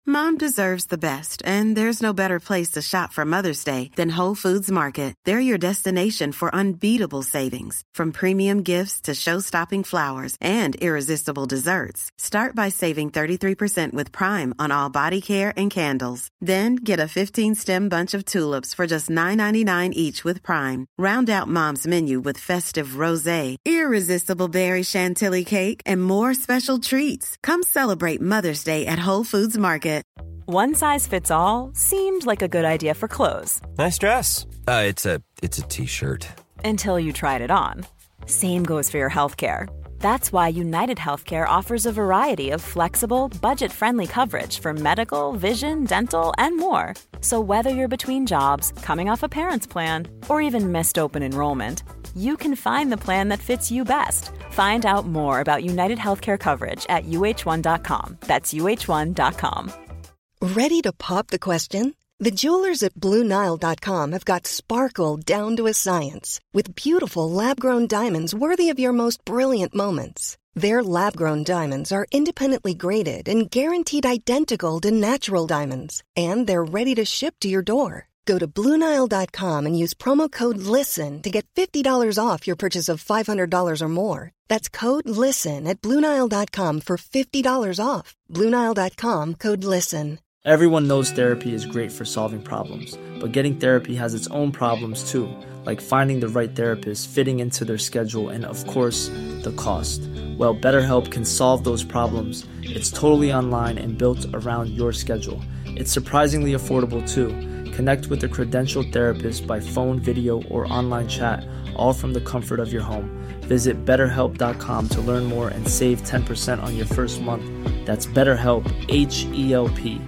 Mom deserves the best, and there's no better place to shop for Mother's Day than Whole Foods Market. They're your destination for unbeatable savings, from premium gifts to show-stopping flowers and irresistible desserts. Start by saving 33% with Prime on all body care and candles. Then get a 15-stem bunch of tulips for just $9.99 each with Prime. Round out Mom's menu with festive rosé, irresistible berry chantilly cake, and more special treats. Come celebrate Mother's Day at Whole Foods Market. One size fits all seemed like a good idea for clothes. Nice dress. It's a t-shirt. Until you tried it on. Same goes for your healthcare. That's why United Healthcare offers a variety of flexible, budget-friendly coverage for medical, vision, dental, and more. So whether you're between jobs, coming off a parent's plan, or even missed open enrollment, you can find the plan that fits you best. Find out more about United Healthcare coverage at uh1.com. That's uh1.com. Ready to pop the question? The jewelers at BlueNile.com have got sparkle down to a science with beautiful lab-grown diamonds worthy of your most brilliant moments. Their lab-grown diamonds are independently graded and guaranteed identical to natural diamonds, and they're ready to ship to your door. Go to BlueNile.com and use promo code LISTEN to get $50 off your purchase of $500 or more. That's code LISTEN at BlueNile.com for $50 off. BlueNile.com, code LISTEN. Everyone knows therapy is great for solving problems, but getting therapy has its own problems too, like finding the right therapist, fitting into their schedule, and of course, the cost. Well, BetterHelp can solve those problems. It's totally online and built around your schedule. It's surprisingly affordable too. Connect with a credentialed therapist by phone, video, or online chat, all from the comfort of your home. Visit BetterHelp.com to learn more and save 10% on your first month. That's BetterHelp, H-E-L-P.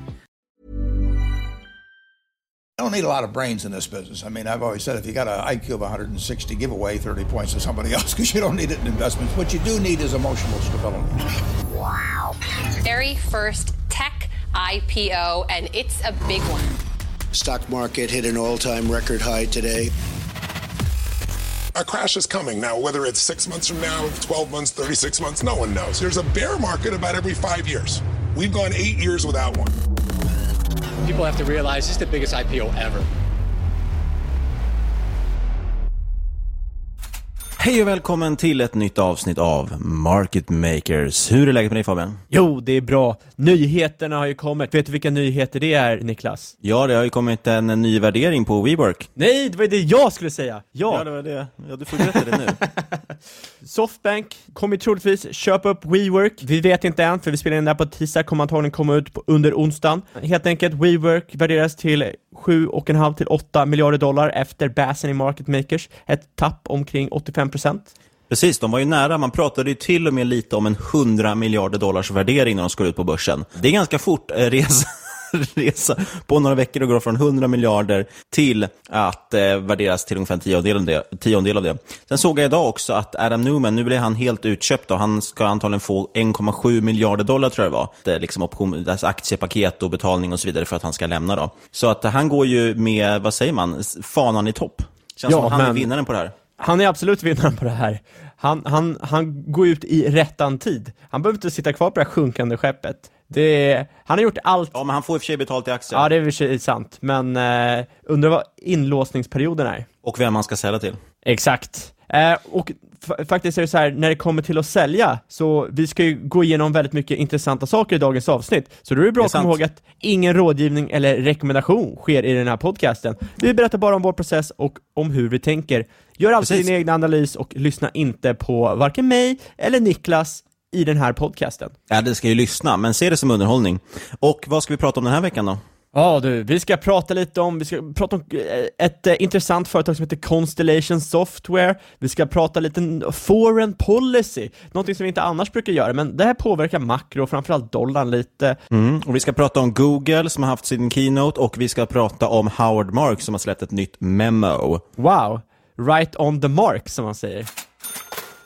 I don't need a lot of brains in this business. I mean, I've always said if you got an IQ of 160, give away 30 points to somebody else because you don't need it in investments. What you do need is emotional stability. Wow. Very first tech IPO, and it's a big one. Stock market hit an all-time record high today. A crash is coming. Now, whether it's 6 months from now, 12 months, 36 months, no one knows. There's a bear market about every 5 years. We've gone 8 years without one. People have to realize this is the biggest IPO ever. Hej och välkommen till ett nytt avsnitt av Market Makers. Hur är läget med dig, Fabian? Jo, det är bra. Nyheterna har ju kommit. Vet du vilka nyheter det är, Niklas? Ja, det har ju kommit en ny värdering på WeWork. Nej, det var det jag skulle säga. Ja, det var det. Ja, du får berätta det nu. Softbank kommer troligtvis köpa upp WeWork. Vi vet inte än, för vi spelar in där på tisdag. Kommer antagligen komma ut under onsdagen. Helt enkelt, WeWork värderas till 7,5 till 8 miljarder dollar efter basen i Market Makers. Ett tapp omkring 85%. Precis, de var ju nära. Man pratade ju till och med lite om en 100 miljarder dollars värdering när de ska ut på börsen. Det är ganska fort resa på några veckor och gå från 100 miljarder till att värderas till ungefär en tiondel av det. Sen såg jag idag också att Adam Neumann, nu blir han helt utköpt och han ska antagligen få 1,7 miljarder dollar tror jag det var. Det är liksom option, alltså aktiepaket och betalning och så vidare för att han ska lämna då. Så att han går ju med, vad säger man, fanan i topp. Känns som att han är vinnaren på det här. Han är absolut vinnaren på det här. Han går ut i rättan tid. Han behöver inte sitta kvar på det här sjunkande skeppet. Han har gjort allt. Ja, men han får i och för sig betalt i aktier. Ja, det är i och för sig sant. Men undrar vad inlåsningsperioden är. Och vem man ska sälja till. Exakt. Och faktiskt är det så här, när det kommer till att sälja, så vi ska ju gå igenom väldigt mycket intressanta saker i dagens avsnitt. Så då är det bra att komma ihåg att ingen rådgivning eller rekommendation sker i den här podcasten. Vi berättar bara om vår process och om hur vi tänker. Gör alltid din egen analys och lyssna inte på varken mig eller Niklas i den här podcasten. Ja, det ska ju lyssna, men se det som underhållning. Och vad ska vi prata om den här veckan då? Ja du, vi ska prata om ett intressant företag som heter Constellation Software. Vi ska prata lite foreign policy, någonting som vi inte annars brukar göra, men det här påverkar makro och framförallt dollarn lite. Och vi ska prata om Google som har haft sin keynote och vi ska prata om Howard Marks som har släppt ett nytt memo. Wow, right on the mark som man säger.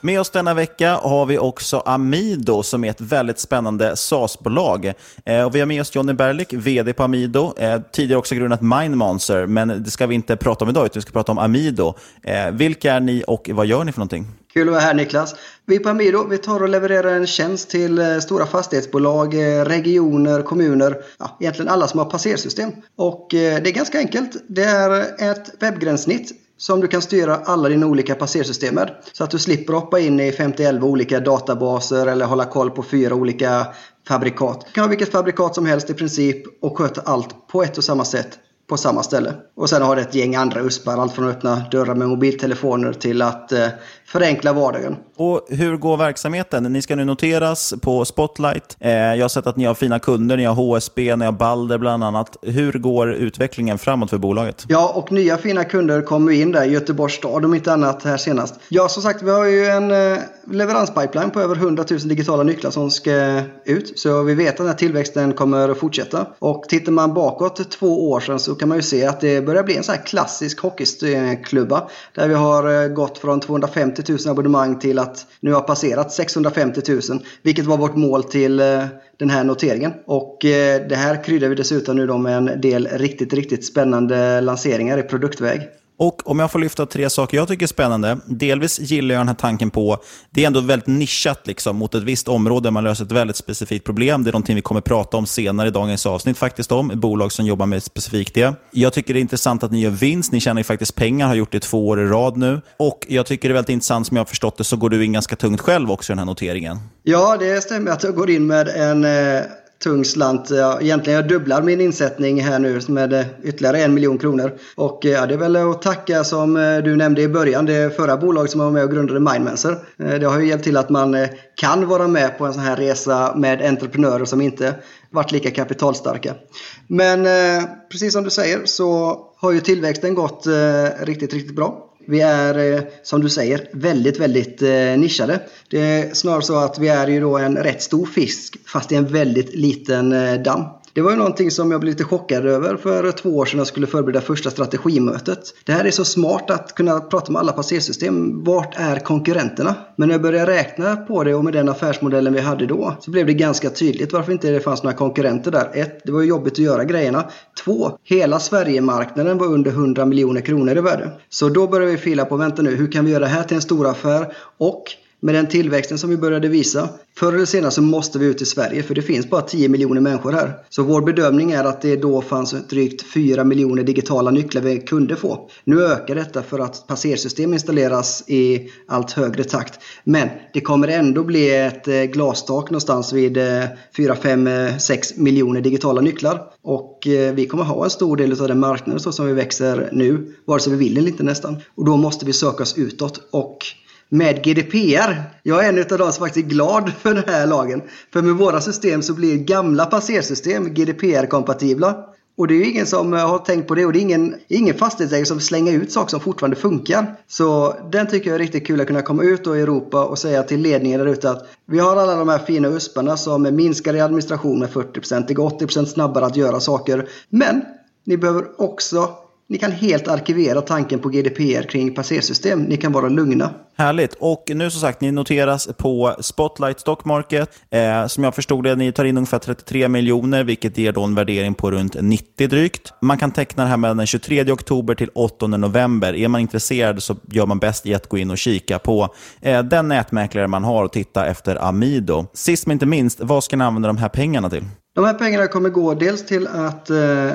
Med oss denna vecka har vi också Amido som är ett väldigt spännande SaaS-bolag. Och vi har med oss Johnny Berlik, vd på Amido. Tidigare också grundat MindMonster, men det ska vi inte prata om idag utan vi ska prata om Amido. Vilka är ni och vad gör ni för någonting? Kul att vara här, Niklas. Vi på Amido, vi tar och levererar en tjänst till stora fastighetsbolag, regioner, kommuner, egentligen alla som har passersystem. Och det är ganska enkelt. Det är ett webbgränssnitt som du kan styra alla dina olika passersystem med. Så att du slipper hoppa in i 50-11 olika databaser eller hålla koll på 4 olika fabrikat. Du kan ha vilket fabrikat som helst i princip och sköta allt på ett och samma sätt på samma ställe. Och sen har det ett gäng andra uspar, allt från att öppna dörrar med mobiltelefoner till att förenkla vardagen. Och hur går verksamheten? Ni ska nu noteras på Spotlight. Jag har sett att ni har fina kunder, ni har HSB, ni har Balder bland annat. Hur går utvecklingen framåt för bolaget? Ja, och nya fina kunder kommer in där i Göteborgs stad om inte annat här senast. Ja, som sagt, vi har ju en leveranspipeline på över 100 000 digitala nycklar som ska ut. Så vi vet att den här tillväxten kommer att fortsätta. Och tittar man bakåt 2 år sedan så kan man ju se att det börjar bli en sån här klassisk hockeyklubba. Där vi har gått från 250 000 abonnemang till att nu har passerat 650 000. Vilket var vårt mål till den här noteringen. Och det här kryddar vi dessutom nu då med en del riktigt spännande lanseringar i produktväg. Och om jag får lyfta 3 saker jag tycker är spännande. Delvis gillar jag den här tanken på, det är ändå väldigt nischat liksom, mot ett visst område. Man löser ett väldigt specifikt problem. Det är någonting vi kommer prata om senare i dagens avsnitt faktiskt om. Bolag som jobbar med specifikt det. Jag tycker det är intressant att ni gör vinst. Ni tjänar ju faktiskt pengar, har gjort det 2 år i rad nu. Och jag tycker det är väldigt intressant, som jag har förstått det, så går du in ganska tungt själv också i den här noteringen. Ja, det stämmer att jag går in med en tung slant. Egentligen jag dubblar min insättning här nu med ytterligare 1 miljon kronor. Och det är väl att tacka, som du nämnde i början, det förra bolaget som var med och grundade MindMonster. Det har ju hjälpt till att man kan vara med på en sån här resa med entreprenörer som inte varit lika kapitalstarka. Men precis som du säger så har ju tillväxten gått riktigt bra. Vi är, som du säger, väldigt nischade. Det är snarare så att vi är ju då en rätt stor fisk fast i en väldigt liten damm. Det var ju någonting som jag blev lite chockad över för 2 år sedan jag skulle förbereda första strategimötet. Det här är så smart att kunna prata med alla passersystem. Vart är konkurrenterna? Men när jag började räkna på det och med den affärsmodellen vi hade då så blev det ganska tydligt varför inte det fanns några konkurrenter där. 1. Det var ju jobbigt att göra grejerna. 2. Hela Sverigemarknaden var under 100 miljoner kronor i värde. Så då började vi fila på, vänta nu, hur kan vi göra det här till en stor affär? Och med den tillväxten som vi började visa, förr eller senare så måste vi ut i Sverige, för det finns bara 10 miljoner människor här. Så vår bedömning är att det då fanns drygt 4 miljoner digitala nycklar vi kunde få. Nu ökar detta för att passersystem installeras i allt högre takt. Men det kommer ändå bli ett glastak någonstans vid 4, 5, 6 miljoner digitala nycklar. Och vi kommer ha en stor del av den marknaden så som vi växer nu, vare sig vi vill eller inte nästan. Och då måste vi söka oss utåt. Och med GDPR, jag är en av de som faktiskt är glad för den här lagen. För med våra system så blir gamla passersystem GDPR-kompatibla. Och det är ju ingen som har tänkt på det. Och det är ingen fastighetsägare som slänger ut saker som fortfarande funkar. Så den tycker jag är riktigt kul att kunna komma ut då i Europa och säga till ledningen där ute att vi har alla de här fina usparna som minskar i administration med 40%. Det går 80% snabbare att göra saker. Men ni behöver också... Ni kan helt arkivera tanken på GDPR kring passersystem. Ni kan vara lugna. Härligt. Och nu som sagt, ni noteras på Spotlight Stock Market. Som jag förstod det, ni tar in ungefär 33 miljoner, vilket ger då en värdering på runt 90 drygt. Man kan teckna det här mellan den 23 oktober till 8 november. Är man intresserad så gör man bäst i att gå in och kika på den nätmäklare man har och titta efter Amido. Sist men inte minst, vad ska ni använda de här pengarna till? De här pengarna kommer gå dels till att...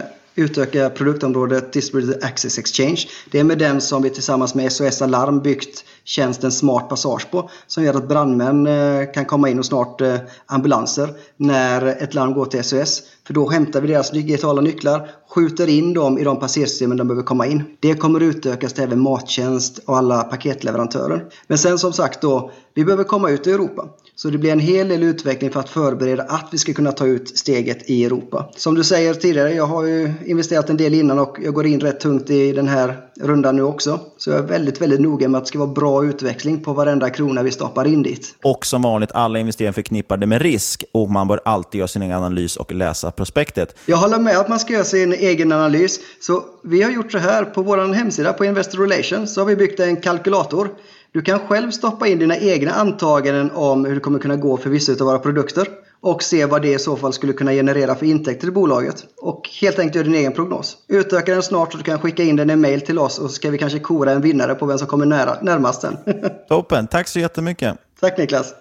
utöka produktområdet Distributed Access Exchange. Det är med den som vi tillsammans med SOS Alarm byggt tjänsten Smart Passage på, som gör att brandmän kan komma in och snart ambulanser när ett larm går till SOS. För då hämtar vi deras digitala nycklar, skjuter in dem i de passersystemen de behöver komma in. Det kommer utökas till även mattjänst och alla paketleverantörer. Men sen som sagt då, vi behöver komma ut i Europa. Så det blir en hel del utveckling för att förbereda att vi ska kunna ta ut steget i Europa. Som du säger tidigare, jag har ju investerat en del innan och jag går in rätt tungt i den här rundan nu också. Så jag är väldigt noga med att det ska vara bra utveckling på varenda krona vi stoppar in dit. Och som vanligt, alla investeringar förknippade med risk och man bör alltid göra sin egen analys och läsa prospektet. Jag håller med att man ska göra sin egen analys. Så vi har gjort så här på vår hemsida på Investor Relations, så har vi byggt en kalkylator Du kan själv stoppa in dina egna antaganden om hur det kommer kunna gå för vissa av våra produkter och se vad det i så fall skulle kunna generera för intäkter till bolaget. Och helt enkelt göra din egen prognos. Utöka den snart så du kan skicka in den i mail till oss och så ska vi kanske kora en vinnare på vem som kommer närmast den. Toppen, tack så jättemycket. Tack Niklas.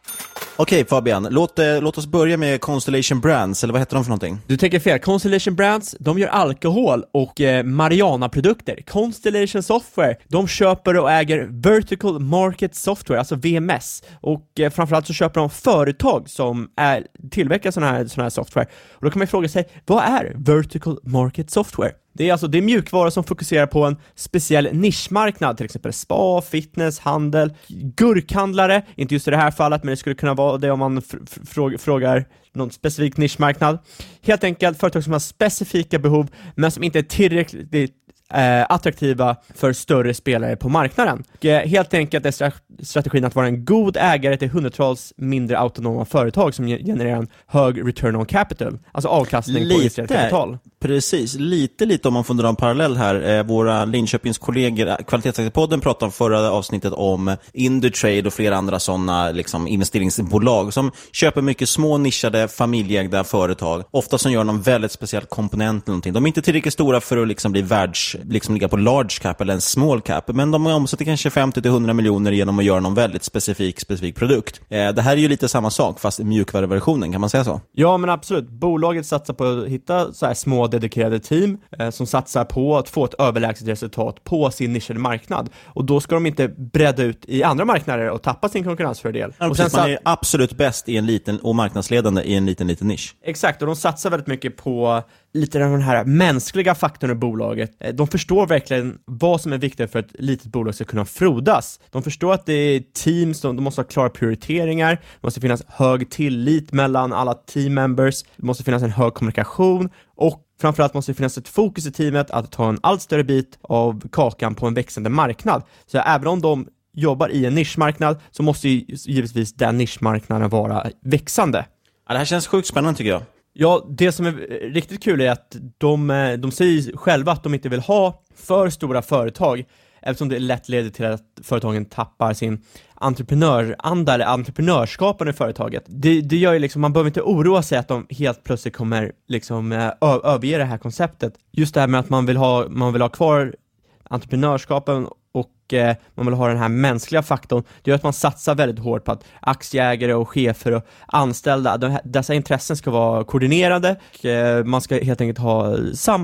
Okej Fabian, låt oss börja med Constellation Brands, eller vad heter de för någonting? Du tänker fel, Constellation Brands, de gör alkohol och Mariana-produkter. Constellation Software, de köper och äger Vertical Market Software, alltså VMS. Och framförallt så köper de företag som tillverkar sån här software. Och då kan man fråga sig, vad är Vertical Market Software? Det är mjukvara som fokuserar på en speciell nischmarknad, till exempel spa, fitness, handel, gurkhandlare, inte just i det här fallet, men det skulle kunna vara det om man frågar någon specifik nischmarknad. Helt enkelt företag som har specifika behov men som inte är tillräckligt attraktiva för större spelare på marknaden. Helt enkelt är strategin att vara en god ägare till hundratals mindre autonoma företag som genererar en hög return on capital, alltså avkastning på investerat kapital. Precis, lite om man får dra en parallell här. Våra Linköpings kollegor, Kvalitetsaktiepodden, pratade om förra avsnittet om Indutrade och flera andra sådana liksom, investeringsbolag som köper mycket små nischade familjeägda företag, ofta som gör någon väldigt speciell komponent eller någonting. De är inte tillräckligt stora för att liksom bli ligga på large cap eller en small cap, men de omsätter kanske 50-100 miljoner genom att göra någon väldigt specifik produkt. Det här är ju lite samma sak fast i mjukvaruversionen, kan man säga så? Ja, men absolut. Bolaget satsar på att hitta så här små dedikerade team som satsar på att få ett överlägset resultat på sin nischade marknad. Och då ska de inte bredda ut i andra marknader och tappa sin konkurrensfördel. Ja, och sen man är absolut bäst i en liten och marknadsledande i en liten nisch. Exakt, och de satsar väldigt mycket på lite av den här mänskliga faktorn i bolaget. De förstår verkligen vad som är viktigt för att ett litet bolag ska kunna frodas. De förstår att det är teams, de måste ha klara prioriteringar, det måste finnas hög tillit mellan alla team members, det måste finnas en hög kommunikation och framförallt måste det finnas ett fokus i teamet att ta en allt större bit av kakan på en växande marknad. Så även om de jobbar i en nischmarknad så måste ju givetvis den nischmarknaden vara växande. Ja, det här känns sjukt spännande tycker jag. Ja, det som är riktigt kul är att de säger själva att de inte vill ha för stora företag eftersom det lätt leder till att företagen tappar sin entreprenöranda eller entreprenörskapen i företaget. Det gör ju liksom, man behöver inte oroa sig att de helt plötsligt kommer liksom överge det här konceptet. Just det här med att man vill ha kvar entreprenörskapen och man vill ha den här mänskliga faktorn. Det gör att man satsar väldigt hårt på att aktieägare och chefer och anställda, dessa intressen ska vara koordinerade. Man ska helt enkelt ha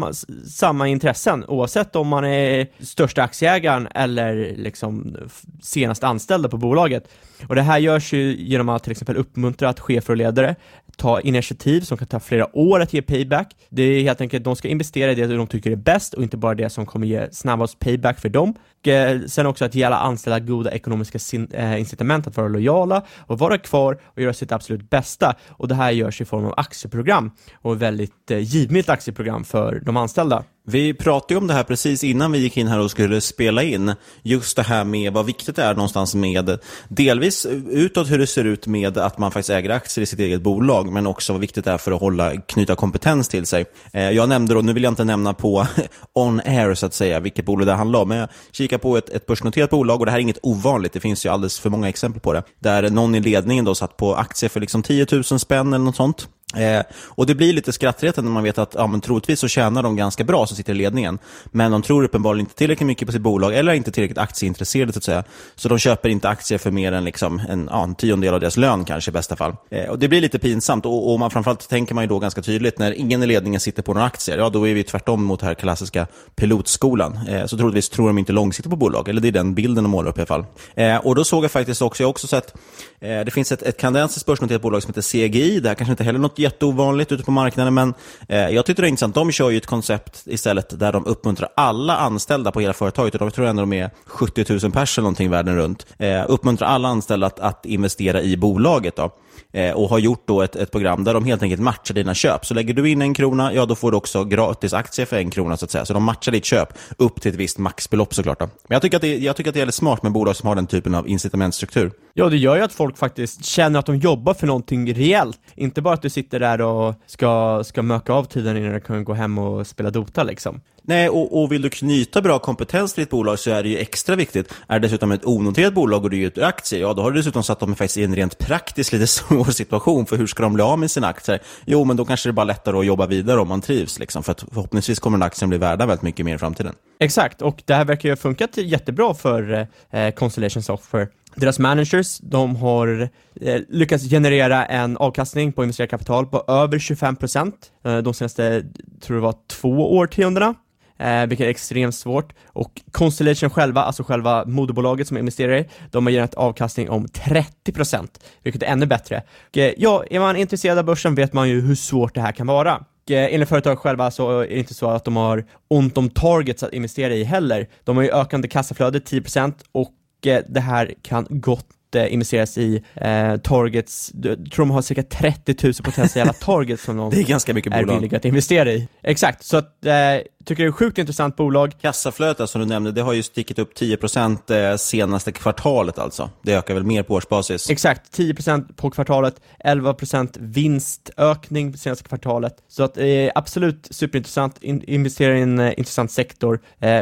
samma intressen oavsett om man är största aktieägaren eller liksom senast anställda på bolaget. Och det här görs ju genom att till exempel uppmuntra att chefer och ledare ta initiativ som kan ta flera år att ge payback. Det är helt enkelt, de ska investera i det de tycker är bäst och inte bara det som kommer ge snabbast payback för dem. Och sen också att ge alla anställda goda ekonomiska incitament att vara lojala och vara kvar och göra sitt absolut bästa. Och det här görs i form av aktieprogram och ett väldigt givmilt aktieprogram för de anställda. Vi pratade ju om det här precis innan vi gick in här och skulle spela in. Just det här med vad viktigt det är någonstans med delvis utåt hur det ser ut med att man faktiskt äger aktier i sitt eget bolag, men också vad viktigt det är för att knyta kompetens till sig. Jag nämnde då, nu vill jag inte nämna på on air så att säga vilket bolag det handlar om, men jag kikar på ett börsnoterat bolag och det här är inget ovanligt, det finns ju alldeles för många exempel på det. Där någon i ledningen då satt på aktier för liksom 10 000 spänn eller något sånt. Och det blir lite skrattretande när man vet att men troligtvis så tjänar de ganska bra som sitter i ledningen, men de tror uppenbarligen inte tillräckligt mycket på sitt bolag eller inte tillräckligt aktieintresserade så att säga, så de köper inte aktier för mer än liksom en tiondel av deras lön kanske i bästa fall. Och det blir lite pinsamt och man framförallt tänker man ju då ganska tydligt när ingen i ledningen sitter på några aktier, ja då är vi tvärtom mot den här klassiska pilotskolan, så troligtvis tror de inte långsiktigt på bolag, eller det är den bilden de målar upp i alla fall. Och då såg jag faktiskt också, jag har också sett det finns ett kanadensiskt börsnoterat bolag som heter CGI, det här kanske inte heller något jätteovanligt ute på marknaden, men jag tycker det är intressant. De kör ju ett koncept istället där de uppmuntrar alla anställda på hela företaget, och jag tror ändå de är 70 000 personer eller någonting världen runt, uppmuntrar alla anställda att investera i bolaget då. Och har gjort då ett program där de helt enkelt matchar dina köp. Så lägger du in 1 krona, ja då får du också gratis aktier för 1 krona så att säga. Så de matchar ditt köp upp till ett visst maxbelopp såklart då. Men jag tycker att det är väldigt smart med bolag som har den typen av incitamentstruktur. Ja, det gör ju att folk faktiskt känner att de jobbar för någonting reellt. Inte bara att du sitter där och ska möka av tiden innan du kan gå hem och spela Dota liksom. Nej, och vill du knyta bra kompetens till ditt bolag så är det ju extra viktigt. Är det dessutom ett onoterat bolag och du är ett aktie, ja då har du dessutom satt dem faktiskt i en rent praktiskt lite svår situation. För hur ska de bli av med sina aktier? Jo, men då kanske det är bara lättare att jobba vidare om man trivs. Liksom, för att förhoppningsvis kommer en aktien bli värda väldigt mycket mer i framtiden. Exakt, och det här verkar ju ha funkat jättebra för Constellation Software. Deras managers, de har lyckats generera en avkastning på investerat kapital på över 25% de senaste, tror det var 2 årtiondena. Vilket är extremt svårt. Och Constellation själva, alltså själva moderbolaget som investerar i, de har genererat avkastning om 30%, vilket är ännu bättre. Och, ja, är man intresserad av börsen vet man ju hur svårt det här kan vara. Enligt företag själva så är det inte så att de har ont om targets att investera i heller. De har ju ökande kassaflöde 10% och det här kan gott investeras i targets. Jag tror de har cirka 30 000 potentiella targets som de det är ganska mycket bolag. Är villiga att investera i. Exakt, så att tycker det är ett sjukt intressant bolag. Kassaflödet som du nämnde, det har ju stickit upp 10% senaste kvartalet alltså. Det ökar väl mer på årsbasis. Exakt, 10% på kvartalet, 11% vinstökning senaste kvartalet. Så att absolut superintressant, investera i en intressant sektor.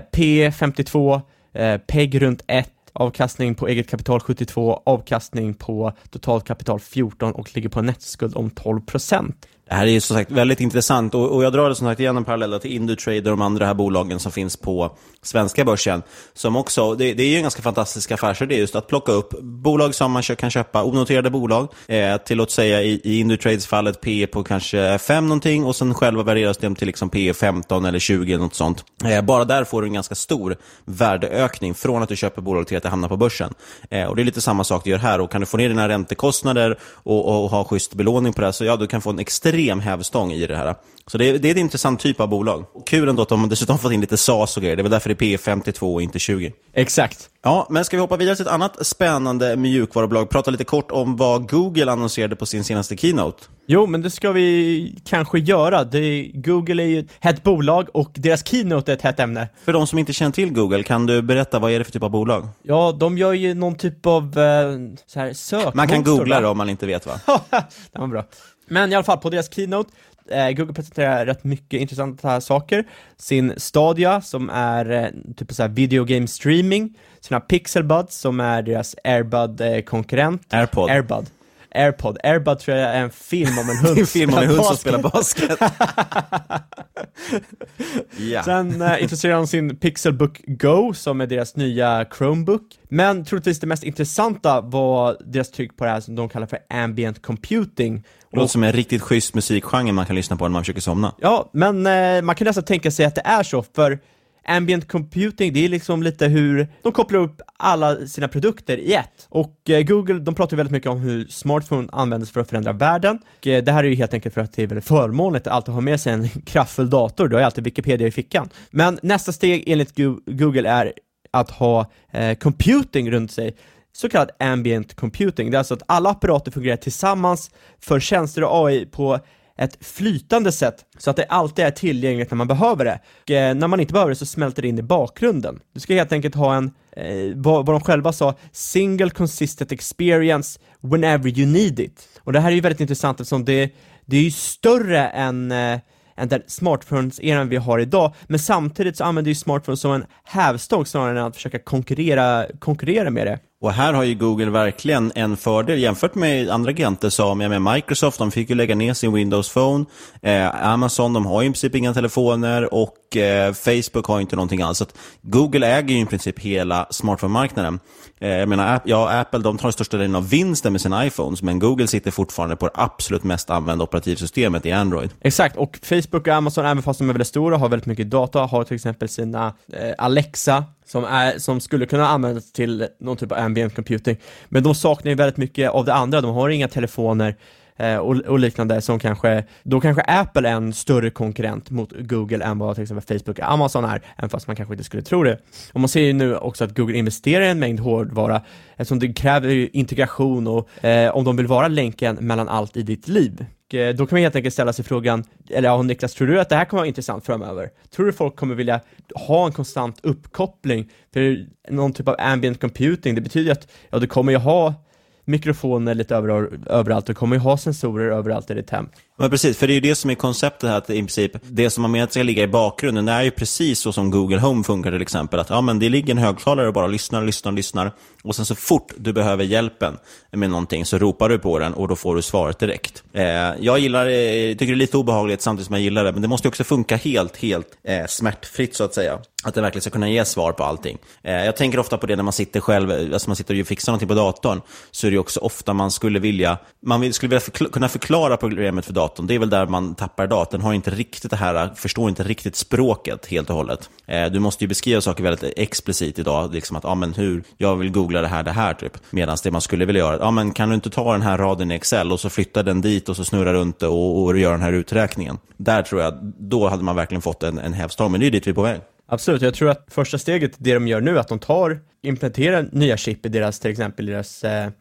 P 52, PEG runt 1, avkastning på eget kapital 72, avkastning på totalt kapital 14 och ligger på en nettoskuld om 12%. Det här är ju som sagt väldigt intressant och jag drar det som sagt igen en parallell till Indutrader och de andra här bolagen som finns på svenska börsen som också, det är ju en ganska fantastisk affärsidé just att plocka upp bolag som man kan köpa, onoterade bolag till att säga i Indutraders fallet P på kanske 5 någonting och sen själva värderas dem till liksom P 15 eller 20 eller något sånt. Bara där får du en ganska stor värdeökning från att du köper bolag till att det hamnar på börsen. Och det är lite samma sak du gör här och kan du få ner dina räntekostnader och ha schysst belåning på det så ja, du kan få en extrem hävstång i det här. Så det är en intressant typ av bolag. Och kul ändå att de dessutom fått in lite SAS och grejer. Det är väl därför det är P52 och inte 20. Exakt. Ja, men ska vi hoppa vidare till ett annat spännande mjukvarubolag? Prata lite kort om vad Google annonserade på sin senaste keynote. Jo, men det ska vi kanske göra. Google är ju ett hett bolag och deras keynote är ett hett ämne. För de som inte känner till Google, kan du berätta vad är det för typ av bolag? Ja, de gör ju någon typ av så här sökmotor. Man kan googla det om man inte vet, va? Det var bra. Men i alla fall på deras keynote, Google presenterar rätt mycket intressanta saker. Sin Stadia som är typ så här video game streaming, sina Pixel Buds som är deras AirBud-konkurrent. AirPod tror jag är en film om en hund. En film om en hund som spelar basket. Ja. Sen introducerar de sin Pixelbook Go som är deras nya Chromebook. Men troligtvis det mest intressanta var deras tryck på det här som de kallar för ambient computing. Det låter som en riktigt schysst musikgenre man kan lyssna på när man försöker somna. Ja, men man kan nästan tänka sig att det är så, för ambient computing, det är liksom lite hur de kopplar upp alla sina produkter i ett. Och Google, de pratar väldigt mycket om hur smartphone används för att förändra världen. Och det här är ju helt enkelt för att det är väldigt förmånligt att alltid ha med sig en kraftfull dator. Du har ju alltid Wikipedia i fickan. Men nästa steg enligt Google är att ha computing runt sig. Så kallad ambient computing. Det är alltså att alla apparater fungerar tillsammans för tjänster och AI på ett flytande sätt så att det alltid är tillgängligt när man behöver det. Och när man inte behöver det så smälter det in i bakgrunden. Du ska helt enkelt ha en, vad de själva sa, single consistent experience whenever you need it. Och det här är ju väldigt intressant eftersom det är ju större än den smartphones-eran vi har idag. Men samtidigt så använder ju smartphones som en hävstång snarare än att försöka konkurrera med det. Och här har ju Google verkligen en fördel jämfört med andra giganter som med Microsoft. De fick ju lägga ner sin Windows Phone. Amazon, de har ju i princip inga telefoner och Facebook har ju inte någonting alls. Så att Google äger ju i princip hela smartphone-marknaden. Jag menar, Apple, de tar största delen av vinsten med sina iPhones, men Google sitter fortfarande på det absolut mest använda operativsystemet i Android. Exakt, och Facebook och Amazon, även fast de är väldigt stora, har väldigt mycket data, har till exempel sina Alexa som skulle kunna användas till någon typ av ambient computing. Men de saknar ju väldigt mycket av det andra. De har inga telefoner och liknande som kanske Apple är en större konkurrent mot Google än vad till exempel Facebook och Amazon är, även fast man kanske inte skulle tro det. Och man ser ju nu också att Google investerar i en mängd hårdvara eftersom det kräver ju integration och om de vill vara länken mellan allt i ditt liv. Då kan man helt enkelt ställa sig frågan, eller Niklas, tror du att det här kommer vara intressant framöver? Tror du folk kommer vilja ha en konstant uppkoppling för någon typ av ambient computing? Det betyder att du kommer ju ha mikrofoner lite överallt, du kommer ju ha sensorer överallt i ditt hem. Men precis, för det är ju det som är konceptet här, att i princip det som man menar ska ligga i bakgrunden är ju precis så som Google Home funkar till exempel, att men det ligger en högtalare och bara lyssnar och sen så fort du behöver hjälpen med någonting så ropar du på den och då får du svaret direkt. Jag tycker det är lite obehagligt samtidigt som jag gillar det, men det måste ju också funka helt smärtfritt så att säga. Att det verkligen ska kunna ge svar på allting. Jag tänker ofta på det när man sitter själv, alltså man sitter och fixar någonting på datorn, så är det ju också ofta man skulle vilja kunna förklara problemet för datorn. Det är väl där man tappar datorn, har inte riktigt det här, förstår inte riktigt språket helt och hållet. Du måste ju beskriva saker väldigt explicit idag, liksom att men hur jag vill googla det här typ. Medan det man skulle vilja göra, men kan du inte ta den här raden i Excel och så flytta den dit och så snurra runt och göra den här uträkningen. Där tror jag, då hade man verkligen fått en hävstång, men det är dit vi är på väg. Absolut, jag tror att första steget, det de gör nu, att de implementerar nya chip i deras, till exempel deras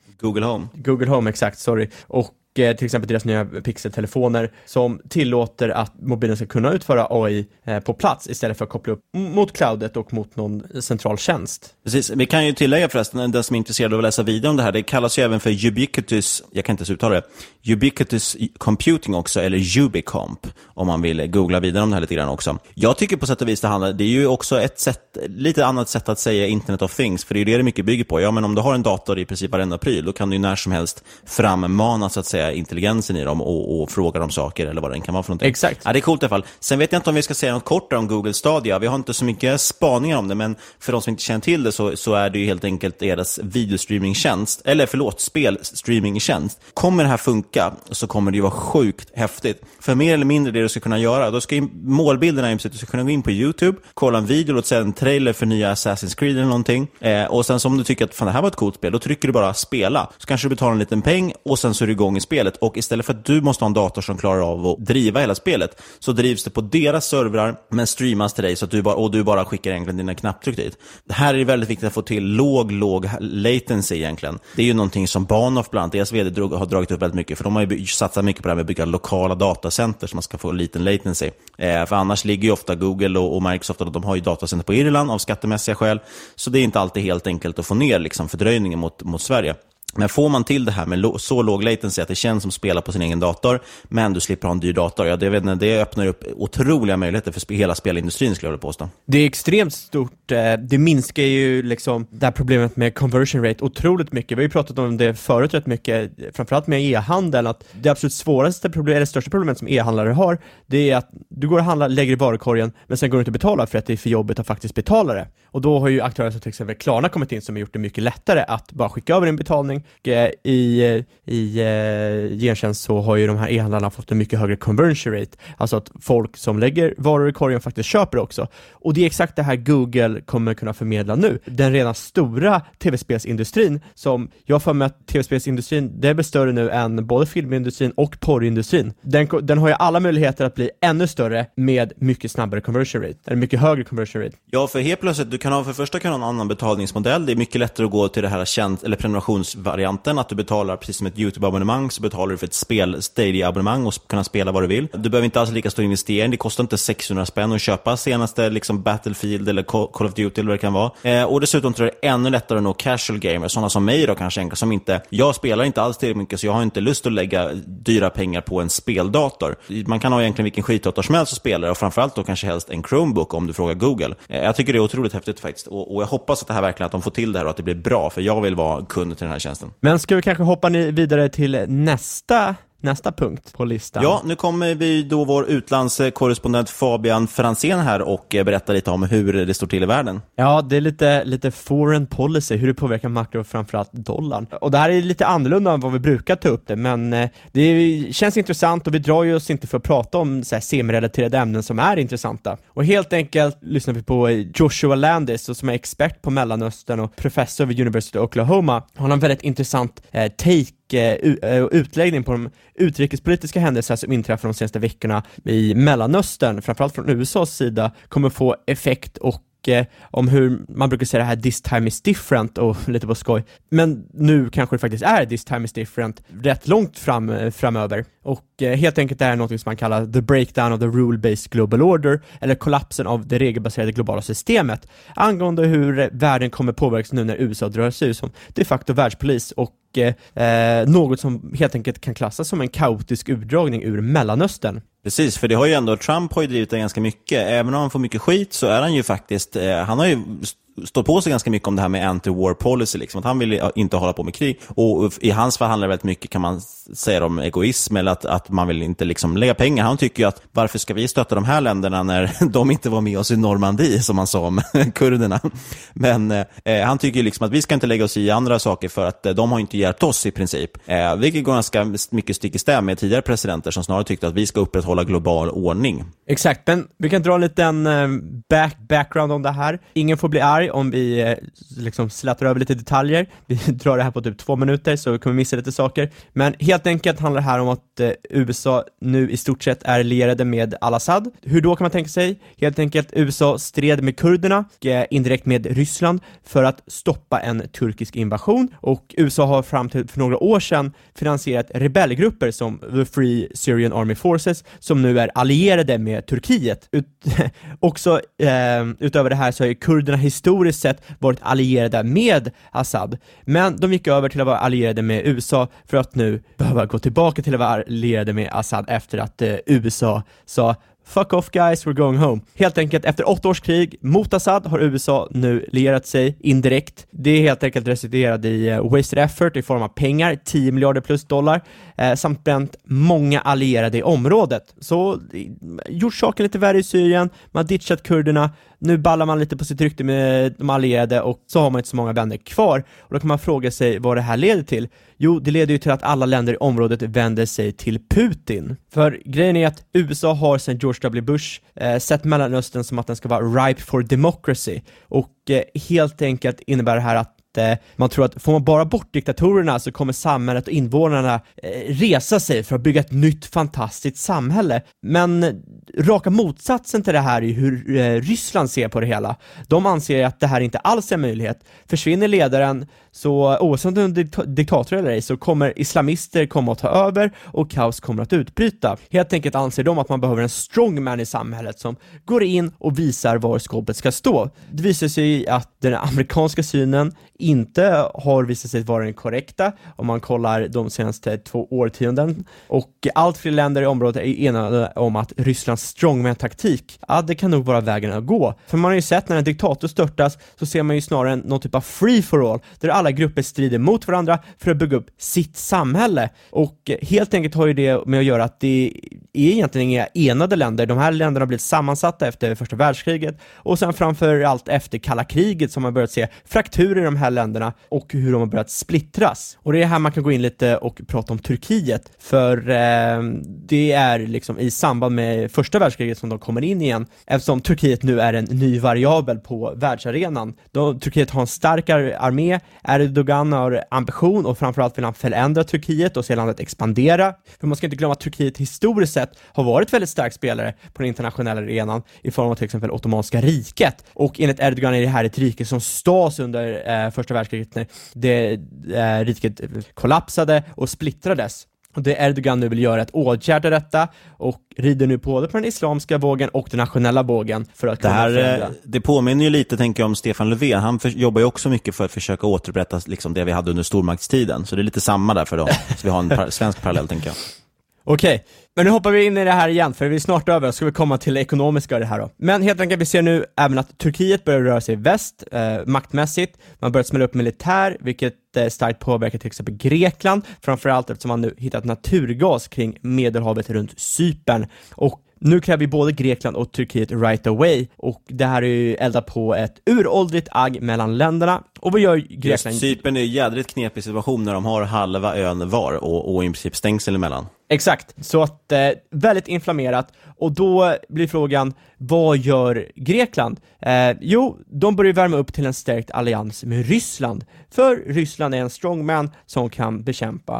Google Home, exakt, sorry. Och till exempel deras nya Pixel-telefoner som tillåter att mobilen ska kunna utföra AI på plats istället för att koppla upp mot cloudet och mot någon central tjänst. Precis, vi kan ju tillägga förresten, den som är intresserad av att läsa vidare om det här, det kallas ju även för Ubiquitous, jag kan inte ens uttala det, Ubiquitous Computing också, eller Ubicomp, om man vill googla vidare om det här lite grann också. Jag tycker på sätt och vis det är ju också ett sätt, lite annat sätt att säga Internet of Things, för det är ju det mycket bygger på. Ja, men om du har en dator i princip varenda pryl, då kan du ju när som helst frammana så att säga intelligensen i dem och fråga dem saker eller vad det kan vara för någonting. Exakt. Ja, det är coolt i alla fall. Sen vet jag inte om vi ska säga något kortare om Google Stadia. Vi har inte så mycket spaningar om det, men för de som inte känner till det så är det ju helt enkelt deras videostreamingtjänst, eller spelstreamingtjänst. Kommer det här funka så kommer det ju vara sjukt häftigt. För mer eller mindre det du ska kunna göra, då ska ju målbilderna i du ska kunna gå in på YouTube, kolla en video, låt säga en trailer för nya Assassin's Creed eller någonting. Och sen som du tycker att fan, det här var ett coolt spel, då trycker du bara spela. Så kanske du betalar en liten peng och sen så är du igång i spelet. Och istället för att du måste ha en dator som klarar av att driva hela spelet, så drivs det på deras servrar men streamas till dig så att du bara skickar egentligen dina knapptryck dit. Det här är väldigt viktigt att få till låg latency egentligen. Det är ju någonting som Bahnhof bland annat, deras vd har dragit upp väldigt mycket, för de har ju satsat mycket på det här med att bygga lokala datacenter så man ska få liten latency. För annars ligger ju ofta Google och Microsoft och de har ju datacenter på Irland av skattemässiga skäl, så det är inte alltid helt enkelt att få ner liksom fördröjningen mot Sverige. Men får man till det här med så låg latency att det känns som att spela på sin egen dator, men du slipper ha en dyr dator, det öppnar upp otroliga möjligheter för hela spelindustrin, skulle jag vilja påstå. Det är extremt stort. Det minskar ju liksom det här problemet med conversion rate otroligt mycket. Vi har ju pratat om det förut rätt mycket, framförallt med e-handel, att det absolut svåraste problemet, eller största problemet som e-handlare har, det är att du går och handlar, lägger i varukorgen, men sen går du inte att betala för att det är för jobbigt att faktiskt betala det. Och då har ju aktörer som till exempel Klarna kommit in som har gjort det mycket lättare att bara skicka över en betalning. I gentjänst så har ju de här e-handlarna fått en mycket högre conversion rate, alltså att folk som lägger varor i korgen faktiskt köper också. Och det är exakt det här Google kommer kunna förmedla nu. Den redan stora tv-spelsindustrin, som jag får med att tv-spelsindustrin, det är större nu än både filmindustrin och porrindustrin. Den har ju alla möjligheter att bli ännu större med mycket snabbare conversion rate, eller mycket högre conversion rate. Ja, för helt plötsligt, du kan ha en annan betalningsmodell. Det är mycket lättare att gå till det här eller prenumerationsvarianten, att du betalar precis som ett YouTube-abonnemang, så betalar du för ett Stadia-abonnemang och kunna spela vad du vill. Du behöver inte alls lika stor investering, det kostar inte 600 spänn att köpa senaste liksom Battlefield eller Call of Duty eller vad det kan vara. Och dessutom tror jag det är ännu lättare att nå casual gamers, sådana som mig då kanske, som inte, jag spelar inte alls tillräckligt mycket, så jag har inte lust att lägga dyra pengar på en speldator. Man kan ha egentligen vilken skitdator som helst att spela, och framförallt då kanske helst en Chromebook om du frågar Google. Jag tycker det är otroligt häftigt faktiskt, och jag hoppas att det här verkligen, att de får till det här och att det blir bra, för jag vill vara kund till den här tjänsten. Men ska vi kanske hoppa vidare till nästa punkt på listan? Ja, nu kommer vi då vår utlandskorrespondent Fabian Franzén här och berätta lite om hur det står till i världen. Ja, det är lite foreign policy, hur det påverkar makro och framförallt dollarn. Och det här är lite annorlunda än vad vi brukar ta upp det, men det känns intressant, och vi drar ju oss inte för att prata om så här semirelaterade ämnen som är intressanta. Och helt enkelt lyssnar vi på Joshua Landis, som är expert på Mellanöstern och professor vid University of Oklahoma. Han har en väldigt intressant utläggning på de utrikespolitiska händelser som inträffar de senaste veckorna i Mellanöstern, framförallt från USAs sida, kommer få effekt, och om hur man brukar säga det här this time is different och lite på skoj. Men nu kanske det faktiskt är this time is different rätt långt framöver. Och helt enkelt är det något som man kallar the breakdown of the rule-based global order, eller kollapsen av det regelbaserade globala systemet, angående hur världen kommer påverkas nu när USA drar sig ut som de facto världspolis och något som helt enkelt kan klassas som en kaotisk utdragning ur Mellanöstern. Precis, för det har ju ändå, Trump har ju drivit det ganska mycket. Även om han får mycket skit så är han ju faktiskt, han har ju stått på sig ganska mycket om det här med anti-war policy, liksom, att han vill inte hålla på med krig. Och i hans fall handlar det väldigt mycket, kan man säga, om egoism, eller att man vill inte liksom lägga pengar. Han tycker ju att varför ska vi stötta de här länderna när de inte var med oss i Normandie, som man sa om kurderna. Men han tycker ju liksom att vi ska inte lägga oss i andra saker för att de har inte hjälpt oss i princip. Vilket går ganska mycket stick i stäv med tidigare presidenter som snarare tyckte att vi ska upprätthålla global ordning. Exakt, men vi kan dra en liten background om det här. Ingen får bli arg om vi liksom slätar över lite detaljer. Vi drar det här på typ 2 minuter så kommer vi missa lite saker. Men helt enkelt handlar det här om att USA nu i stort sett är lierade med al-Assad. Hur då kan man tänka sig? Helt enkelt USA stred med kurderna och indirekt med Ryssland för att stoppa en turkisk invasion. Och USA har fram till för några år sedan finansierat rebellgrupper som The Free Syrian Army Forces som nu är allierade med Turkiet. Också utöver det här så har ju kurderna historiskt sett varit allierade med Assad. Men de gick över till att vara allierade med USA för att nu behöva gå tillbaka till att vara allierade med Assad efter att USA sa fuck off guys, we're going home. Helt enkelt efter 8 års krig mot Assad har USA nu lierat sig indirekt. Det är helt enkelt resulterat i wasted effort i form av pengar, 10 miljarder plus dollar, samt bränt många allierade i området. Så gjort saker lite värre i Syrien, man har ditchat kurderna, nu ballar man lite på sitt rykte med de allierade och så har man inte så många vänner kvar. Och då kan man fråga sig vad det här leder till. Jo, det leder ju till att alla länder i området vänder sig till Putin. För grejen är att USA har sedan George W. Bush sett Mellanöstern som att den ska vara ripe for democracy. Och helt enkelt innebär det här att man tror att får man bara bort diktatorerna så kommer samhället och invånarna resa sig för att bygga ett nytt fantastiskt samhälle. Men raka motsatsen till det här är hur Ryssland ser på det hela. De anser att det här inte alls är en möjlighet. Försvinner ledaren, så oavsett om det är diktator eller ej, så kommer islamister komma att ta över och kaos kommer att utbryta. Helt enkelt anser de att man behöver en strongman i samhället som går in och visar var skåpet ska stå. Det visar sig att den amerikanska synen inte har visat sig vara den korrekta om man kollar de senaste 2 årtionden. Och allt fler länder i området är enade om att Rysslands strongman-taktik, det kan nog vara vägen att gå. För man har ju sett när en diktator störtas så ser man ju snarare någon typ av free-for-all där alla grupper strider mot varandra för att bygga upp sitt samhälle. Och helt enkelt har ju det med att göra att det är egentligen inga enade länder. De här länderna har blivit sammansatta efter första världskriget och sen framför allt efter kalla kriget som man börjat se frakturer i de här länderna och hur de har börjat splittras. Och det är här man kan gå in lite och prata om Turkiet, för det är liksom i samband med första världskriget som de kommer in igen, eftersom Turkiet nu är en ny variabel på världsarenan. Turkiet har en starkare armé, Erdogan har ambition och framförallt vill han förändra Turkiet och se landet expandera. För man ska inte glömma att Turkiet historiskt sett har varit väldigt stark spelare på den internationella arenan i form av till exempel Ottomanska riket. Och enligt Erdogan är det här ett rike som stas under första världskriget när det riket kollapsade och splittrades. Och det Erdogan nu vill göra är att åtgärda detta och rider nu både på den islamska vågen och den nationella vågen för att kunna förändra. Det påminner ju lite, tänker jag, om Stefan Löfven. Han jobbar ju också mycket för att försöka återupprätta liksom det vi hade under stormaktstiden. Så det är lite samma där för dem. Så vi har en svensk parallell, tänker jag. Okej, men nu hoppar vi in i det här igen för vi är snart över och ska vi komma till det ekonomiska det här då. Men helt enkelt vi ser nu även att Turkiet börjar röra sig i väst maktmässigt. Man börjar smälla upp militär, vilket starkt påverkar till exempel Grekland, framförallt eftersom man nu hittat naturgas kring Medelhavet runt Cypern. Och nu kräver både Grekland och Turkiet right away, och det här är ju eldat på ett uråldrigt agg mellan länderna. Och vad gör Grekland? Cypern är ju jädrigt knepig situation när de har halva ön var och i princip stängsel emellan. Exakt, så att väldigt inflammerat. Och då blir frågan, vad gör Grekland? Jo, de börjar värma upp till en stärkt allians med Ryssland. För Ryssland är en strongman som kan bekämpa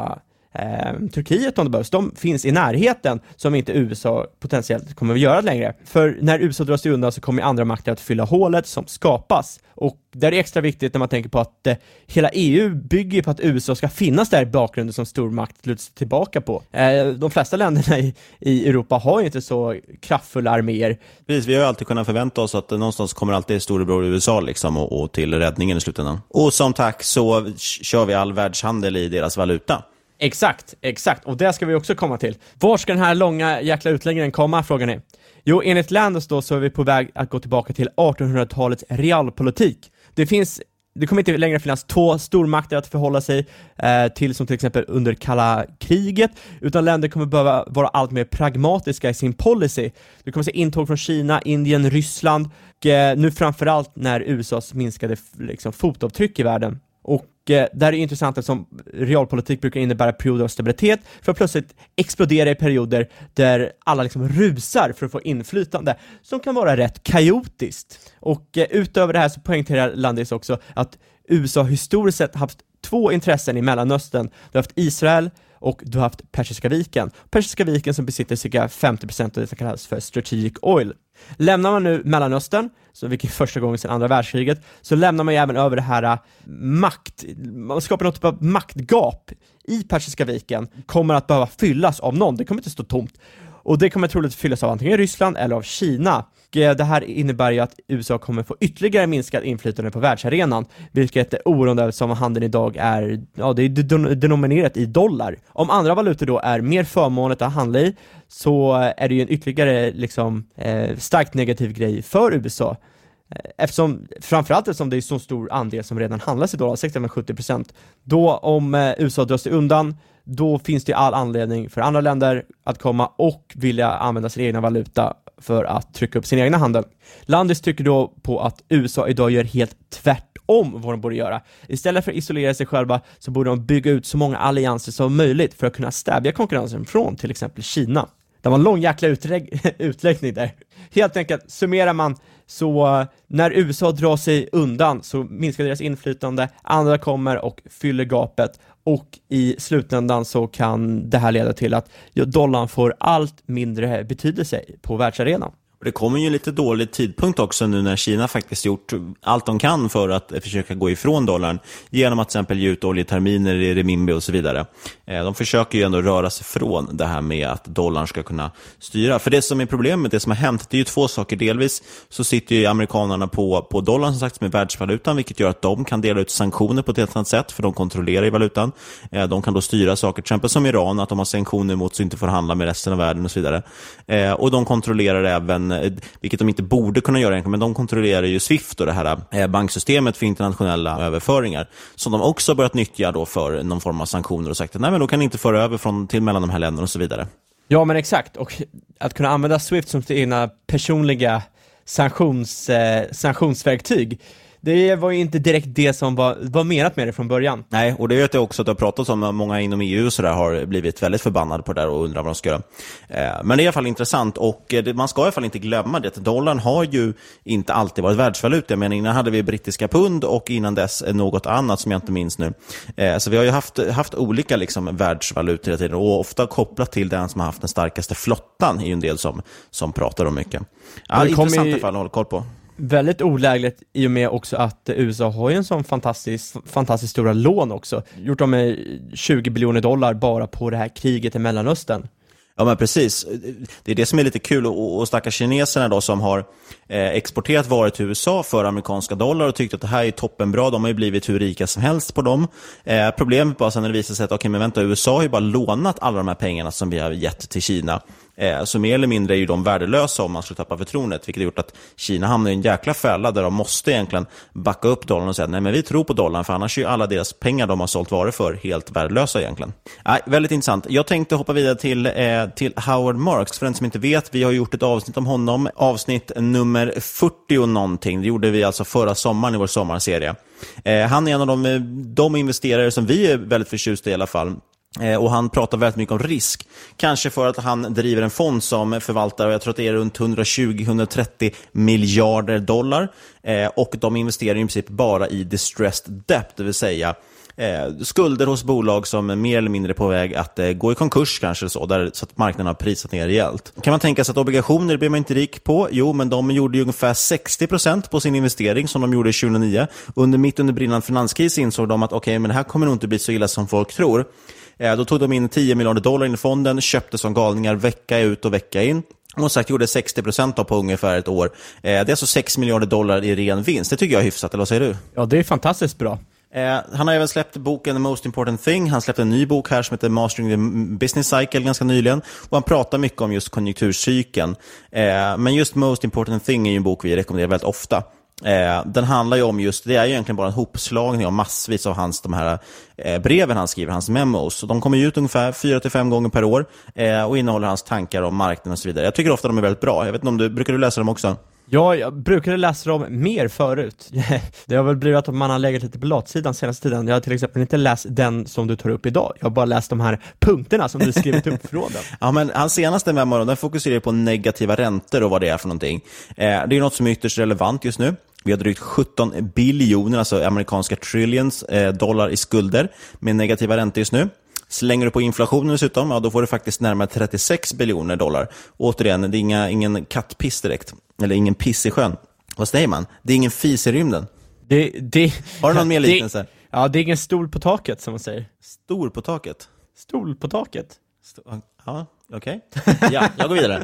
Turkiet om det behövs. De finns i närheten som inte USA potentiellt kommer att göra längre. För när USA drar sig undan så kommer andra makter att fylla hålet som skapas. Och det är extra viktigt när man tänker på att hela EU bygger på att USA ska finnas där i bakgrunden som stormakt lutar sig tillbaka på. De flesta länderna i Europa har ju inte så kraftfulla arméer. Precis, vi har ju alltid kunnat förvänta oss att någonstans kommer alltid storebror USA liksom och till räddningen i slutändan. Och som tack så kör vi all världshandel i deras valuta. Exakt. Och det ska vi också komma till. Var ska den här långa jäkla utläggningen komma, frågan är? Jo, enligt Landers då så är vi på väg att gå tillbaka till 1800-talets realpolitik. Det kommer inte längre finnas två stormakter att förhålla sig till som till exempel under kalla kriget, utan länder kommer behöva vara allt mer pragmatiska i sin policy. Det kommer se intåg från Kina, Indien, Ryssland och nu framförallt när USAs minskade fotavtryck i världen. Och där är det intressant eftersom realpolitik brukar innebära perioder av stabilitet för att plötsligt explodera i perioder där alla rusar för att få inflytande som kan vara rätt kaotiskt. Och utöver det här så poängterar Landis också att USA historiskt sett haft två intressen i Mellanöstern. Du har haft Israel och du har haft Persiska viken. Persiska viken som besitter cirka 50% av det som kallas för strategic oil. Lämnar man nu Mellanöstern, så vilket är första gången sedan andra världskriget, så lämnar man ju även över det här man skapar något typ av maktgap i Persiska viken, kommer att behöva fyllas av någon, det kommer inte stå tomt. Och det kommer troligt fyllas av antingen Ryssland eller av Kina. Det här innebär ju att USA kommer få ytterligare minskat inflytande på världsarenan, vilket är oroande som handeln idag är, det är denominerat i dollar. Om andra valutor då är mer förmånligt att handla i, så är det ju en ytterligare starkt negativ grej för USA. Framförallt eftersom det är så stor andel som redan handlas i dollar, 60-70%. Då om USA drar sig undan, då finns det all anledning för andra länder att komma och vilja använda sin egna valuta för att trycka upp sin egna handel. Landis tycker då på att USA idag gör helt tvärtom vad de borde göra. Istället för att isolera sig själva så borde de bygga ut så många allianser som möjligt för att kunna stävja konkurrensen från till exempel Kina. Det var en lång jäkla utläggning där. Helt enkelt summerar man så när USA drar sig undan så minskar deras inflytande, andra kommer och fyller gapet och i slutändan så kan det här leda till att dollarn får allt mindre betydelse på världsarenan. Det kommer ju lite dålig tidpunkt också nu när Kina faktiskt gjort allt de kan för att försöka gå ifrån dollarn genom att till exempel ge ut oljeterminer i renminbi och så vidare. De försöker ju ändå röra sig från det här med att dollarn ska kunna styra. För det som är problemet, det som har hänt, det är ju två saker. Delvis så sitter ju amerikanerna på dollarn som sagt med världsvalutan, vilket gör att de kan dela ut sanktioner på ett helt annat sätt för de kontrollerar i valutan. De kan då styra saker, till exempel som Iran, att de har sanktioner mot så inte får handla med resten av världen och så vidare. Och de kontrollerar även, vilket de inte borde kunna göra egentligen, men de kontrollerar ju SWIFT och det här banksystemet för internationella överföringar som de också börjat nyttja då för någon form av sanktioner och sagt att nej, men då kan ni inte föra över till mellan de här länderna och så vidare. Ja, men exakt. Och att kunna använda SWIFT som till egna personliga sanktionsverktyg, det var ju inte direkt det som var menat med det från början. Nej, och det vet jag också att det har pratats om. Många inom EU så där har blivit väldigt förbannade på det där och undrar vad de ska göra. Men det är i alla fall intressant och man ska i alla fall inte glömma det. Dollarn har ju inte alltid varit världsvaluta. Jag menar, innan hade vi brittiska pund och innan dess något annat som jag inte minns nu. Så vi har ju haft olika världsvalutor hela tiden och ofta kopplat till den som har haft den starkaste flottan är ju en del som pratar om mycket. Ja, intressant i alla fall att hålla koll på. Väldigt olägligt i och med också att USA har ju en sån fantastiskt stora lån också. Gjort dem med $20 biljoner bara på det här kriget i Mellanöstern. Ja, men precis. Det är det som är lite kul och stackars kineserna då som har exporterat varor till USA för amerikanska dollar och tyckt att det här är toppenbra. De har ju blivit hur rika som helst på dem. Problemet bara sen när det visar sig att okej, men vänta, USA har ju bara lånat alla de här pengarna som vi har gett till Kina. Så mer eller mindre är ju de värdelösa om man skulle tappa förtroendet, vilket har gjort att Kina hamnar i en jäkla fälla där de måste egentligen backa upp dollarn och säga nej, men vi tror på dollarn, för annars är ju alla deras pengar de har sålt varor för helt värdelösa egentligen. Väldigt intressant. Jag tänkte hoppa vidare till Howard Marks. För den som inte vet, vi har gjort ett avsnitt om honom, avsnitt nummer 40 och någonting. Det gjorde vi alltså förra sommaren i vår sommarserie. Han är en av de investerare som vi är väldigt förtjusta i alla fall. Och han pratar väldigt mycket om risk. Kanske för att han driver en fond som förvaltar, jag tror att det är runt 120-130 miljarder dollar. Och de investerar i princip bara i distressed debt, det vill säga skulder hos bolag som är mer eller mindre på väg att gå i konkurs kanske så att marknaden har prisat ner rejält. Kan man tänka sig att obligationer blir man inte rik på? Jo, men de gjorde ju ungefär 60% på sin investering som de gjorde 2009. Mitt under brinnande finanskris insåg de att okej, men det här kommer nog inte bli så illa som folk tror. Då tog de in $10 miljarder in i fonden, köpte som galningar vecka ut och vecka in. Och sagt gjorde 60% på ungefär ett år. Det är alltså $6 miljarder i ren vinst. Det tycker jag är hyfsat, eller vad säger du? Ja, det är fantastiskt bra. Han har även släppt boken The Most Important Thing. Han släppte en ny bok här som heter Mastering the Business Cycle ganska nyligen. Och han pratar mycket om just konjunkturcykeln. Men just Most Important Thing är ju en bok vi rekommenderar väldigt ofta. Den handlar ju om just, det är ju egentligen bara en hopslagning av massvis av de här breven han skriver, hans memos. De kommer ut ungefär 4-5 gånger per år och innehåller hans tankar om marknaden och så vidare. Jag tycker ofta de är väldigt bra. Jag vet inte om brukar du läsa dem också? Ja, jag brukade läsa dem mer förut. Det har väl blivit att man har legat lite på latsidan senaste tiden. Jag har till exempel inte läst den som du tar upp idag. Jag har bara läst de här punkterna som du skrivit upp från den. Ja, men hans senaste memo, den fokuserar på negativa räntor och vad det är för någonting. Det är något som är ytterst relevant just nu. Vi har drygt 17 biljoner, alltså amerikanska trillions dollar i skulder med negativa räntor just nu. Slänger du på inflationen dessutom, ja, då får du faktiskt närmare 36 biljoner dollar. Återigen, det är ingen kattpiss direkt. Eller ingen piss i sjön. Vad säger man? Det är ingen fis i rymden. Har du någon mer liknelse? Ja, det är ingen stol på taket som man säger. Stor på taket? Stol på taket. Ja, okej. Ja, jag går vidare.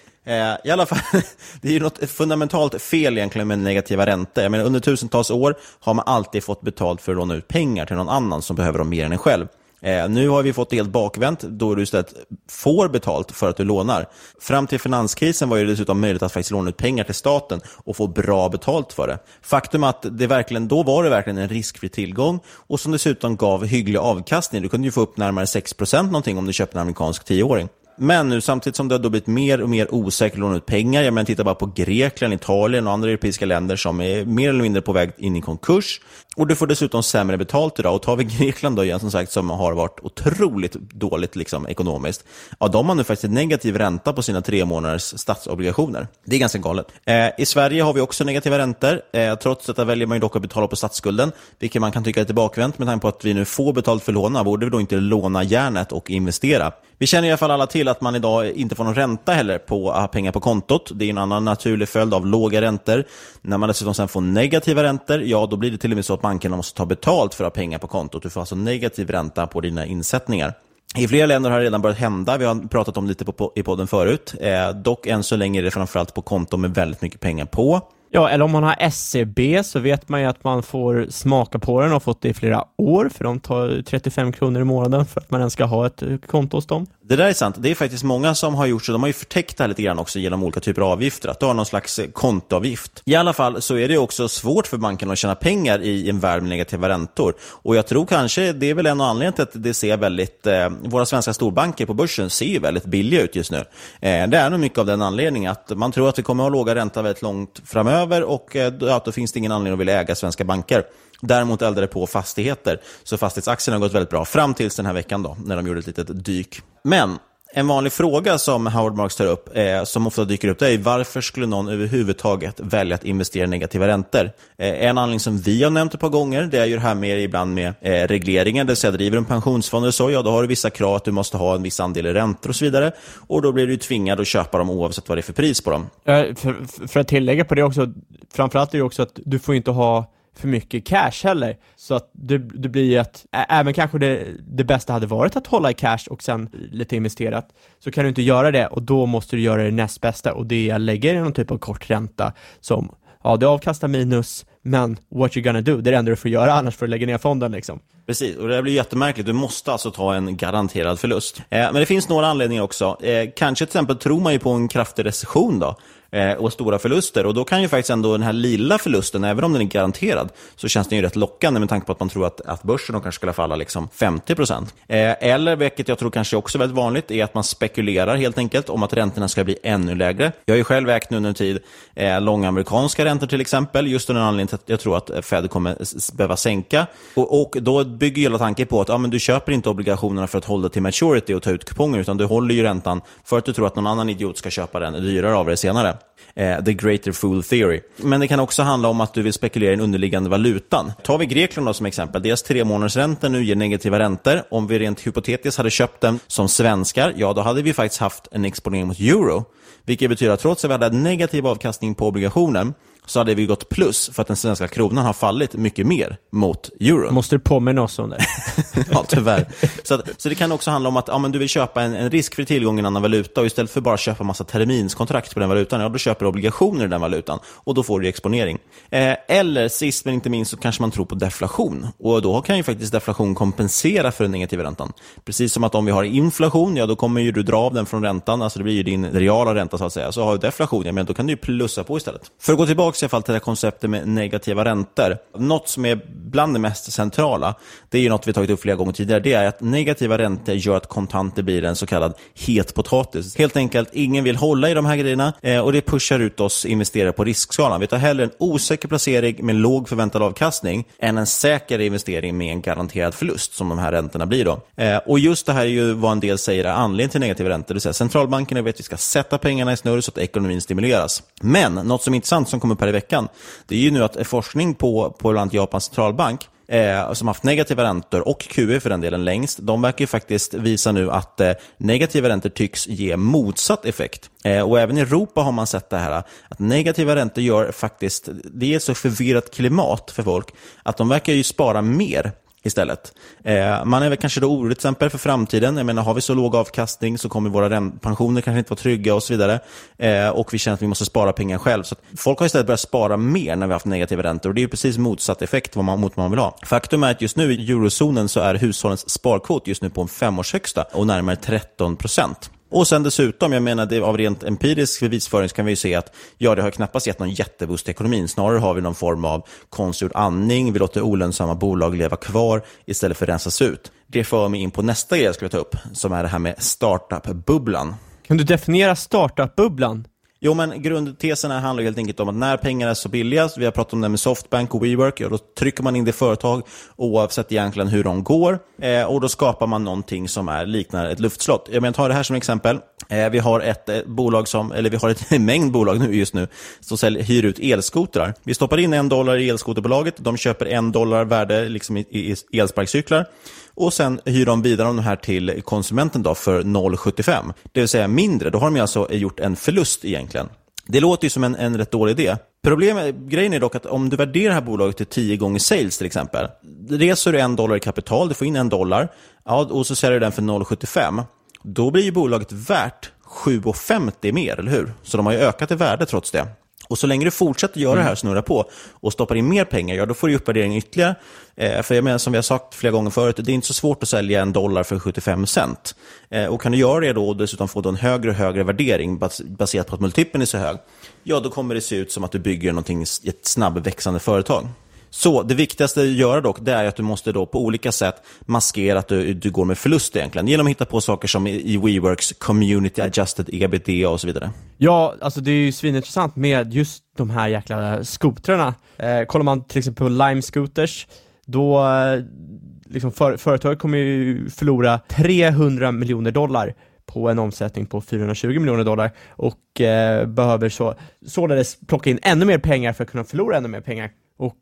I alla fall, det är ju något fundamentalt fel egentligen med negativa räntor. Jag menar, under tusentals år har man alltid fått betalt för att låna ut pengar till någon annan som behöver dem mer än en själv. Nu har vi fått det helt bakvänt då du istället får betalt för att du lånar. Fram till finanskrisen var det dessutom möjligt att faktiskt låna ut pengar till staten och få bra betalt för det. Faktum att då var det verkligen en riskfri tillgång och som dessutom gav hygglig avkastning. Du kunde ju få upp närmare 6% någonting om du köpte en amerikansk 10-åring. Men nu samtidigt som det har då blivit mer och mer osäkert att låna ut pengar, jag menar titta bara på Grekland, Italien och andra europeiska länder som är mer eller mindre på väg in i konkurs. Och du får dessutom sämre betalt idag. Och tar vi Grekland då igen som sagt som har varit otroligt dåligt liksom, ekonomiskt. Ja, de har nu faktiskt negativ ränta på sina 3 månaders statsobligationer. Det är ganska galet. I Sverige har vi också negativa räntor. Trots detta väljer man ju dock att betala på statsskulden. Vilket man kan tycka är lite bakvänt med tanke på att vi nu får betalt för låna. Borde vi då inte låna järnet och investera? Vi känner i alla fall alla till att man idag inte får någon ränta heller på att ha pengar på kontot. Det är en annan naturlig följd av låga räntor. När man dessutom sen får negativa räntor, ja då blir det till och med så att bankerna måste ta betalt för att ha pengar på kontot. Du får alltså negativ ränta på dina insättningar. I flera länder har det redan börjat hända. Vi har pratat om lite i podden förut. Dock än så länge är det framförallt på konton med väldigt mycket pengar på. Ja, eller om man har SCB så vet man ju att man får smaka på den och fått det i flera år för de tar 35 kronor i månaden för att man ens ska ha ett konto hos dem. Det där är sant. Det är faktiskt många som har gjort så. De har ju förtäckt det här lite grann också genom olika typer av avgifter. Att du har någon slags kontoavgift. I alla fall så är det också svårt för banken att tjäna pengar i en värld med negativa räntor. Och jag tror kanske det är väl en anledning till att det ser väldigt... våra svenska storbanker på börsen ser ju väldigt billiga ut just nu. Det är nog mycket av den anledningen att man tror att vi kommer att ha låga ränta väldigt långt framöver och då finns det ingen anledning att vilja äga svenska banker. Däremot eldar det på fastigheter. Så fastighetsaktierna har gått väldigt bra fram tills den här veckan då, när de gjorde ett litet dyk. Men en vanlig fråga som Howard Marks tar upp, som ofta dyker upp, det är varför skulle någon överhuvudtaget välja att investera i negativa räntor? En anledning som vi har nämnt ett par gånger, det är ju det här med ibland med regleringar. Det vill säga driver en pensionsfond och så, ja då har du vissa krav att du måste ha en viss andel i räntor och så vidare. Och då blir du tvingad att köpa dem oavsett vad det är för pris på dem. För att tillägga på det också, framförallt är det också att du får inte ha för mycket cash heller. Så att det blir att även kanske det bästa hade varit att hålla i cash och sen lite investerat, så kan du inte göra det och då måste du göra det näst bästa och det är lägga i någon typ av kort ränta som, ja det avkastar minus men what you gonna do, det är det enda du får göra annars får du lägga ner fonden liksom. Precis, och det blir jättemärkligt. Du måste alltså ta en garanterad förlust. Men det finns några anledningar också. Kanske till exempel tror man ju på en kraftig recession då. Och stora förluster. Och då kan ju faktiskt ändå den här lilla förlusten, även om den är garanterad, så känns den ju rätt lockande med tanke på att man tror att börsen kanske skulle falla liksom 50%. Eller, vilket jag tror kanske också är väldigt vanligt, är att man spekulerar helt enkelt om att räntorna ska bli ännu lägre. Jag har ju själv ägt nu under en tid långa amerikanska räntor till exempel, just under en anledning till att jag tror att Fed kommer behöva sänka. Och då bygger hela tanken på att men du köper inte obligationerna för att hålla till maturity och ta ut kuponger, utan du håller ju räntan för att du tror att någon annan idiot ska köpa den dyrare av det senare. The Greater Fool Theory. Men det kan också handla om att du vill spekulera i den underliggande valutan. Tar vi Grekland då som exempel. Deras 3 månaders ränta nu ger negativa räntor. Om vi rent hypotetiskt hade köpt den som svenskar, ja då hade vi faktiskt haft en exponering mot euro. Vilket betyder att trots att vi hade en negativ avkastning på obligationen så hade vi gått plus för att den svenska kronan har fallit mycket mer mot euro. Måste du påminna oss om det? Ja, tyvärr. Så det kan också handla om att men du vill köpa en riskfri tillgång i en annan valuta och istället för bara köpa massa terminskontrakt på den valutan, ja då köper du obligationer i den valutan och då får du exponering. Eller sist men inte minst så kanske man tror på deflation och då kan ju faktiskt deflation kompensera för den negativa räntan. Precis som att om vi har inflation, ja då kommer ju du dra av den från räntan, alltså det blir ju din reala ränta så att säga. Så har du deflation, ja men då kan du ju plussa på istället. För att gå tillbaka i alla fall till det här konceptet med negativa räntor. Något som är bland det mest centrala, det är ju något vi tagit upp flera gånger tidigare, det är att negativa räntor gör att kontanter blir en så kallad het potatis. Helt enkelt, ingen vill hålla i de här grejerna och det pushar ut oss investerare på riskskalan. Vi tar hellre en osäker placering med låg förväntad avkastning än en säker investering med en garanterad förlust som de här räntorna blir då. Och just det här är ju vad en del säger är anledningen till negativa räntor. Det vill säga centralbankerna vet att vi ska sätta pengarna i snurr så att ekonomin stimuleras. Men något som är intressant som kommer upp här i veckan, det är ju nu att forskning på bland annat Japans centralbank som haft negativa räntor och QE för den delen längst, de verkar ju faktiskt visa nu att negativa räntor tycks ge motsatt effekt. Och även i Europa har man sett det här att negativa räntor gör faktiskt, det är så förvirrat klimat för folk att de verkar ju spara mer istället. Man är väl kanske då orolig till exempel för framtiden. Jag menar, har vi så låg avkastning så kommer våra pensioner kanske inte vara trygga och så vidare. Och vi känner att vi måste spara pengar själv. Så att folk har istället börjat spara mer när vi har haft negativa räntor. Och det är ju precis motsatt effekt mot man vill ha. Faktum är att just nu i eurozonen så är hushållens sparkvot just nu på en 5-årshögsta och närmare 13%. Och sen dessutom, jag menar det av rent empirisk bevisföring kan vi ju se att ja, det har knappast gett någon jätteboost i ekonomin. Snarare har vi någon form av konstgjord andning. Vi låter olönsamma bolag leva kvar istället för att rensas ut. Det för mig in på nästa grej jag skulle ta upp, som är det här med startup-bubblan. Kan du definiera startup-bubblan? Jo, men grundteserna handlar helt enkelt om att när pengar är så billiga, vi har pratat om det med Softbank och WeWork, ja, då trycker man in det företag oavsett egentligen hur de går och då skapar man någonting som liknar ett luftslott. Jag menar, ta det här som exempel. Vi har ett bolag vi har ett mängd bolag nu just nu som hyr ut elskotrar. Vi stoppar in $1 i elskoterbolaget, de köper $1 värde liksom i elsparkcyklar. Och sen hyr de vidare de här till konsumenten då för 0,75. Det vill säga mindre. Då har de alltså gjort en förlust egentligen. Det låter ju som en rätt dålig idé. Grejen är dock att om du värderar det här bolaget till 10 gånger sales till exempel. Reser du $1 i kapital, du får in $1. Ja, och så säljer du den för 0,75. Då blir ju bolaget värt 7,50 mer, eller hur? Så de har ju ökat i värde trots det. Och så länge du fortsätter göra det här, snurra på och stoppar in mer pengar, ja då får du uppvärdering ytterligare. För jag menar, som vi har sagt flera gånger förut, det är inte så svårt att sälja $1 för 75 cent. Och kan du göra det då och dessutom få en högre och högre värdering baserat på att multipeln är så hög, ja då kommer det se ut som att du bygger någonting i ett snabbväxande företag. Så det viktigaste att göra dock, det är att du måste då på olika sätt maskera att du går med förlust egentligen. Genom att hitta på saker som i WeWorks Community Adjusted EBITDA och så vidare. Ja, alltså det är ju svinintressant med just de här jäkla skotrarna. Kollar man till exempel på Lime Scooters, då liksom företaget kommer ju förlora $300 miljoner på en omsättning på $420 miljoner och behöver således plocka in ännu mer pengar för att kunna förlora ännu mer pengar. Och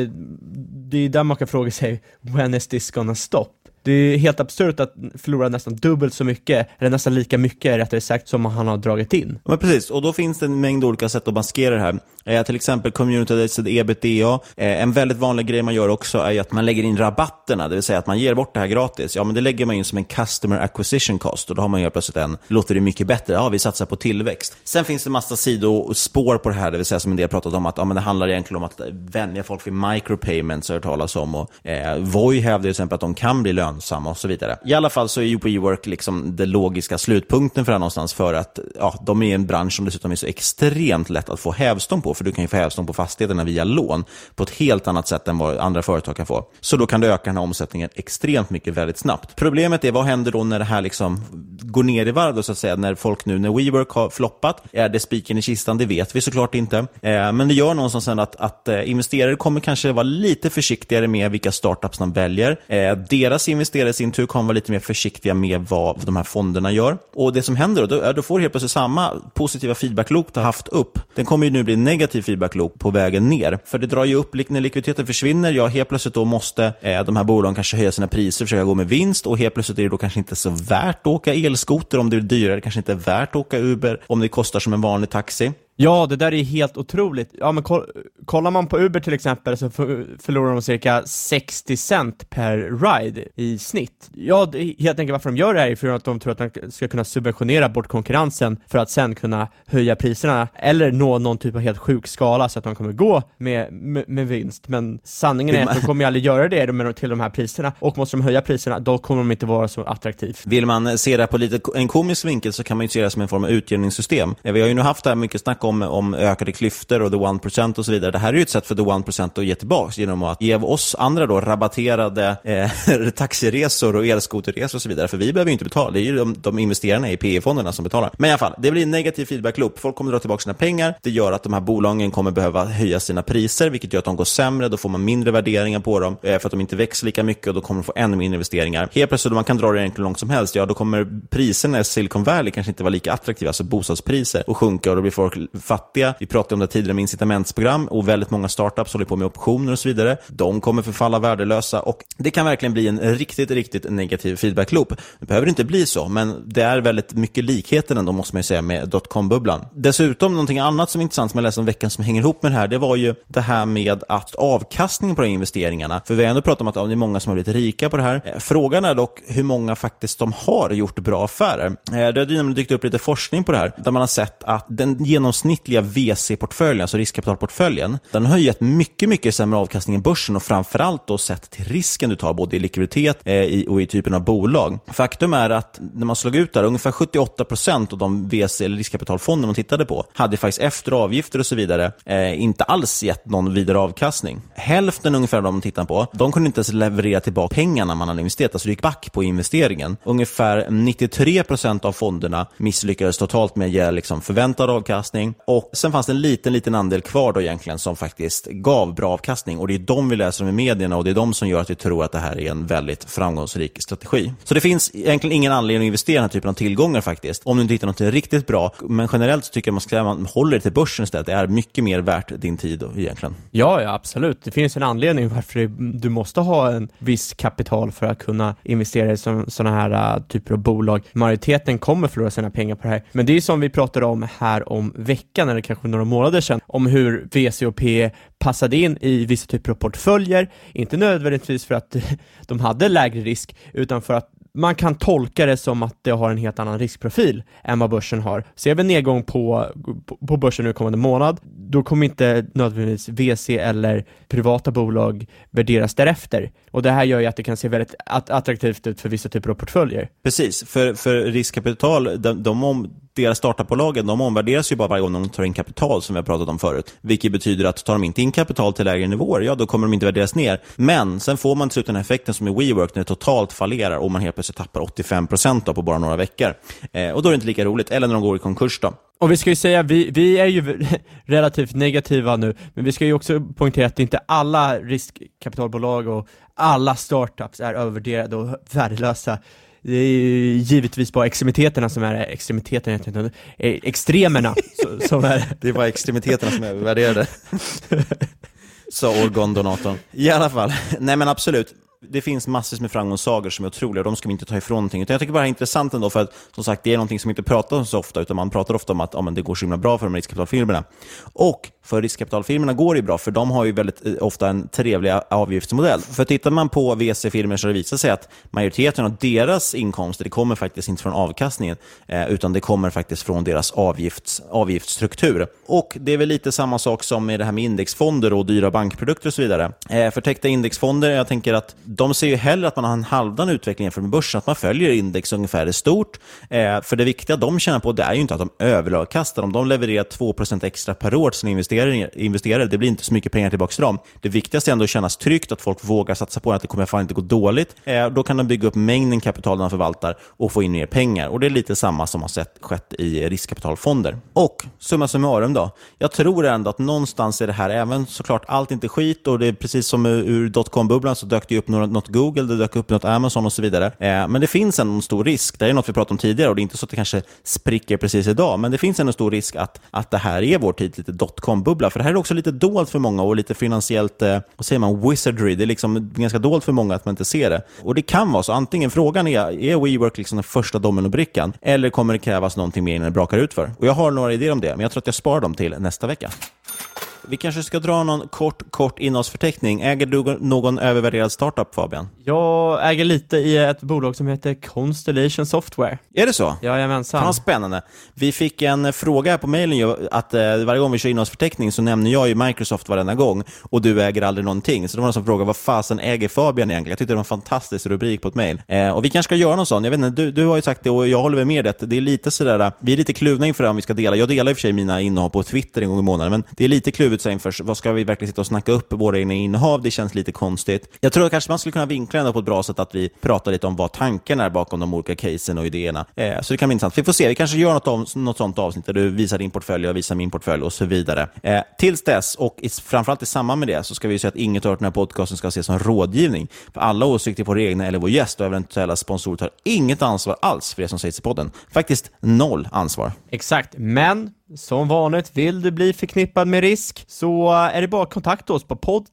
det är där man kan fråga sig, when is this gonna stop? Det är helt absurt att förlora nästan dubbelt så mycket, eller nästan lika mycket rättare sagt, som han har dragit in. Men precis, och då finns det en mängd olika sätt att maskera det här. Till exempel Community Adjusted EBITDA. En väldigt vanlig grej man gör också är att man lägger in rabatterna, det vill säga att man ger bort det här gratis. Ja, men det lägger man in som en Customer Acquisition Cost och då har man ju plötsligt låter det mycket bättre. Ja, vi satsar på tillväxt. Sen finns det massa sidospår på det här, det vill säga som en del pratat om att men det handlar egentligen om att vänja folk vid micropayments och talas om och Voi hävdar till exempel att de kan bli lönsamma och så vidare. I alla fall så är ju WeWork liksom det logiska slutpunkten för det någonstans, för att de är en bransch som dessutom är så extremt lätt att få hävstång på, för du kan ju få hävstång på fastigheterna via lån på ett helt annat sätt än vad andra företag kan få. Så då kan du öka den här omsättningen extremt mycket väldigt snabbt. Problemet är, vad händer då när det här liksom går ner i varv då, så att säga, när folk nu, när WeWork har floppat, är det spiken i kistan? Det vet vi såklart inte. Men det gör någonstans sen att investerare kommer kanske vara lite försiktigare med vilka startups de väljer. Deras investerare i sin tur kommer vara lite mer försiktiga med vad de här fonderna gör. Och det som händer då får helt plötsligt samma positiva feedback-loop du har haft upp. Den kommer ju nu bli negativ feedback-loop på vägen ner. För det drar ju upp när likviditeten försvinner. Ja, helt plötsligt då måste de här bolagen kanske höja sina priser, försöka gå med vinst. Och helt plötsligt är det då kanske inte så värt att åka elskoter om det är dyrare. Kanske inte värt att åka Uber om det kostar som en vanlig taxi. Ja, det där är helt otroligt. Ja, men kollar man på Uber till exempel så förlorar de cirka 60 cent per ride i snitt. Ja, helt enkelt varför de gör det här är för att de tror att de ska kunna subventionera bort konkurrensen för att sen kunna höja priserna eller nå någon typ av helt sjuk skala så att de kommer gå med vinst. Men sanningen är att de kommer aldrig göra det till de här priserna, och måste de höja priserna, då kommer de inte vara så attraktivt. Vill man se det på lite en komisk vinkel så kan man ju se det som en form av utjämningssystem. Vi har ju nu haft det här mycket snack om ökade klyftor och the 1% och så vidare. Det här är ju ett sätt för the 1% att ge tillbaka genom att ge oss andra då rabatterade taxiresor och elskoterresor och så vidare. För vi behöver ju inte betala. Det är ju de investerarna i PE-fonderna som betalar. Men i alla fall, det blir en negativ feedback-loop. Folk kommer dra tillbaka sina pengar. Det gör att de här bolagen kommer behöva höja sina priser, vilket gör att de går sämre. Då får man mindre värderingar på dem för att de inte växer lika mycket, och då kommer de få ännu mindre investeringar. Helt plötsligt, man kan dra det egentligen långt som helst. Ja, då kommer priserna i Silicon Valley kanske inte vara lika attraktiva, alltså bostadspriser, och sjunka, och då blir folk fattiga. Vi pratade om det tidigare med incitamentsprogram, och väldigt många startups håller på med optioner och så vidare. De kommer förfalla värdelösa, och det kan verkligen bli en riktigt negativ feedback-loop. Det behöver inte bli så, men det är väldigt mycket likheter ändå, måste man ju säga, med dotcom-bubblan. Dessutom, någonting annat som är intressant som jag läste om veckan som hänger ihop med det här, det var ju det här med att avkastningen på de investeringarna, för vi har ändå pratat om att det är många som har blivit rika på det här. Frågan är dock hur många faktiskt de har gjort bra affärer. Det har ju nämligen dykt upp lite forskning på det här, där man har sett att den genomsnittliga VC-portföljen, alltså riskkapitalportföljen, den har gett mycket sämre avkastning än börsen, och framförallt då sett till risken du tar både i likviditet och i typen av bolag. Faktum är att när man slog ut där, ungefär 78% av de VC- eller riskkapitalfonder man tittade på hade faktiskt efter avgifter och så vidare inte alls gett någon vidare avkastning. Hälften ungefär av de man tittade på, de kunde inte ens leverera tillbaka pengarna man hade investerat, alltså det gick back på investeringen. Ungefär 93% av fonderna misslyckades totalt med att ge liksom förväntad avkastning, och sen fanns det en liten andel kvar då egentligen som faktiskt gav bra avkastning, och det är de vi läser om i medierna, och det är de som gör att vi tror att det här är en väldigt framgångsrik strategi. Så det finns egentligen ingen anledning att investera i den här typen av tillgångar faktiskt, om du inte hittar något riktigt bra. Men generellt så tycker jag man håller det till börsen istället. Det är mycket mer värt din tid då, egentligen. Ja, absolut. Det finns en anledning varför du måste ha en viss kapital för att kunna investera i sådana här typer av bolag. Majoriteten kommer förlora sina pengar på det här. Men det är som vi pratade om här om veckan, eller kanske några månader sedan, om hur VC och PE passade in i vissa typer av portföljer. Inte nödvändigtvis för att de hade lägre risk, utan för att man kan tolka det som att det har en helt annan riskprofil än vad börsen har. Ser vi en nedgång på börsen nu kommande månad, då kommer inte nödvändigtvis VC eller privata bolag värderas därefter. Och det här gör ju att det kan se väldigt attraktivt ut för vissa typer av portföljer. Precis, för riskkapital, deras startupbolagen, de omvärderas ju bara varje gång de tar in kapital, som vi har pratat om förut. Vilket betyder att tar de inte in kapital till lägre nivåer, ja då kommer de inte värderas ner. Men sen får man till slut den här effekten som i WeWork, när det totalt fallerar och man helt plötsligt tappar 85% då på bara några veckor. Och då är det inte lika roligt, eller när de går i konkurs då. Och vi ska ju säga, vi är ju relativt negativa nu, men vi ska ju också poängtera att inte alla riskkapitalbolag och alla startups är övervärderade och värdelösa. Det är ju givetvis bara extremiteterna som är extremerna som är. Det är bara extremiteterna som är övervärderade. Så organdonatorn. I alla fall, nej men absolut. Det finns massor med framgångssagor som är otroliga, och de ska vi inte ta ifrån någonting. Utan jag tycker bara det är intressant ändå, för att som sagt, det är någonting som inte pratas om så ofta, utan man pratar ofta om att det går så himla bra för de riskkapitalfirmorna. Och för riskkapitalfirmorna går det bra, för de har ju väldigt ofta en trevlig avgiftsmodell. För tittar man på VC-firmor så det visar sig att majoriteten av deras inkomster, det kommer faktiskt inte från avkastningen, utan det kommer faktiskt från deras avgiftsstruktur. Och det är väl lite samma sak som med det här med indexfonder och dyra bankprodukter och så vidare. För täckta indexfonder, jag tänker att de ser ju hellre att man har en halvdan utveckling från börsen, att man följer index ungefär i stort. För det viktiga de tjänar på, det är ju inte att de överavkastar. Om de levererar 2% extra per år till sina investerare, investerare, det blir inte så mycket pengar tillbaka till dem. Det viktigaste är ändå att kännas tryggt, att folk vågar satsa på att det kommer fan inte gå dåligt. Då kan de bygga upp mängden kapital de förvaltar och få in mer pengar. Och det är lite samma som har skett i riskkapitalfonder. Och summa summarum då. Jag tror ändå att någonstans är det här, även såklart allt inte skit, och det är precis som ur dotcom-bubblan så dök det upp något Google, det dök upp något Amazon och så vidare. Men det finns en stor risk. Det är något vi pratade om tidigare och det är inte så att det kanske spricker precis idag, men det finns en stor risk att det här är vår tid lite dotcom-bubbla. För det här är också lite dolt för många och lite finansiellt, vad säger man, wizardry. Det är liksom ganska dolt för många att man inte ser det. Och det kan vara så, antingen frågan är WeWork liksom den första dominobrickan, eller kommer det krävas någonting mer innan det brakar ut för? Och jag har några idéer om det, men jag tror att jag sparar dem till nästa vecka. Vi kanske ska dra någon kort innehållsförteckning. Äger du någon övervärderad startup, Fabian? Jag äger lite i ett bolag som heter Constellation Software. Är det så? Jajamensan. Fan, spännande. Vi fick en fråga här på mejlen att varje gång vi kör innehållsförteckning så nämner jag ju Microsoft varenda gång och du äger aldrig någonting. Så det var någon som frågade, vad fasen äger Fabian egentligen? Jag tyckte det var en fantastisk rubrik på ett mejl. Och vi kanske ska göra någon sån. Jag vet inte, du har ju sagt det och jag håller med det. Det är lite sådär, vi är lite kluvna inför det om vi ska dela. Jag delar i och för sig mina innehav på Twitter en gång i månaden, men det är lite kluvet sig inför vad ska vi verkligen sitta och snacka upp våra egna innehav. Det känns lite konstigt. Jag tror att kanske man skulle kunna vinkla ändå på ett bra sätt att vi pratar lite om vad tanken är bakom de olika casen och idéerna. Så det kan bli intressant. Vi får se, vi kanske gör något sånt avsnitt där du visar din portfölj och jag visar min portfölj och så vidare. Tills dess, och framförallt i samband med det, så ska vi säga att inget av den här podcasten ska ses som rådgivning. För alla åsikter på egna eller vår gäst och eventuella sponsorer tar inget ansvar alls för det som sägs i podden. Faktiskt 0 ansvar. Exakt, men som vanligt, vill du bli förknippad med risk så är det bara att kontakta oss på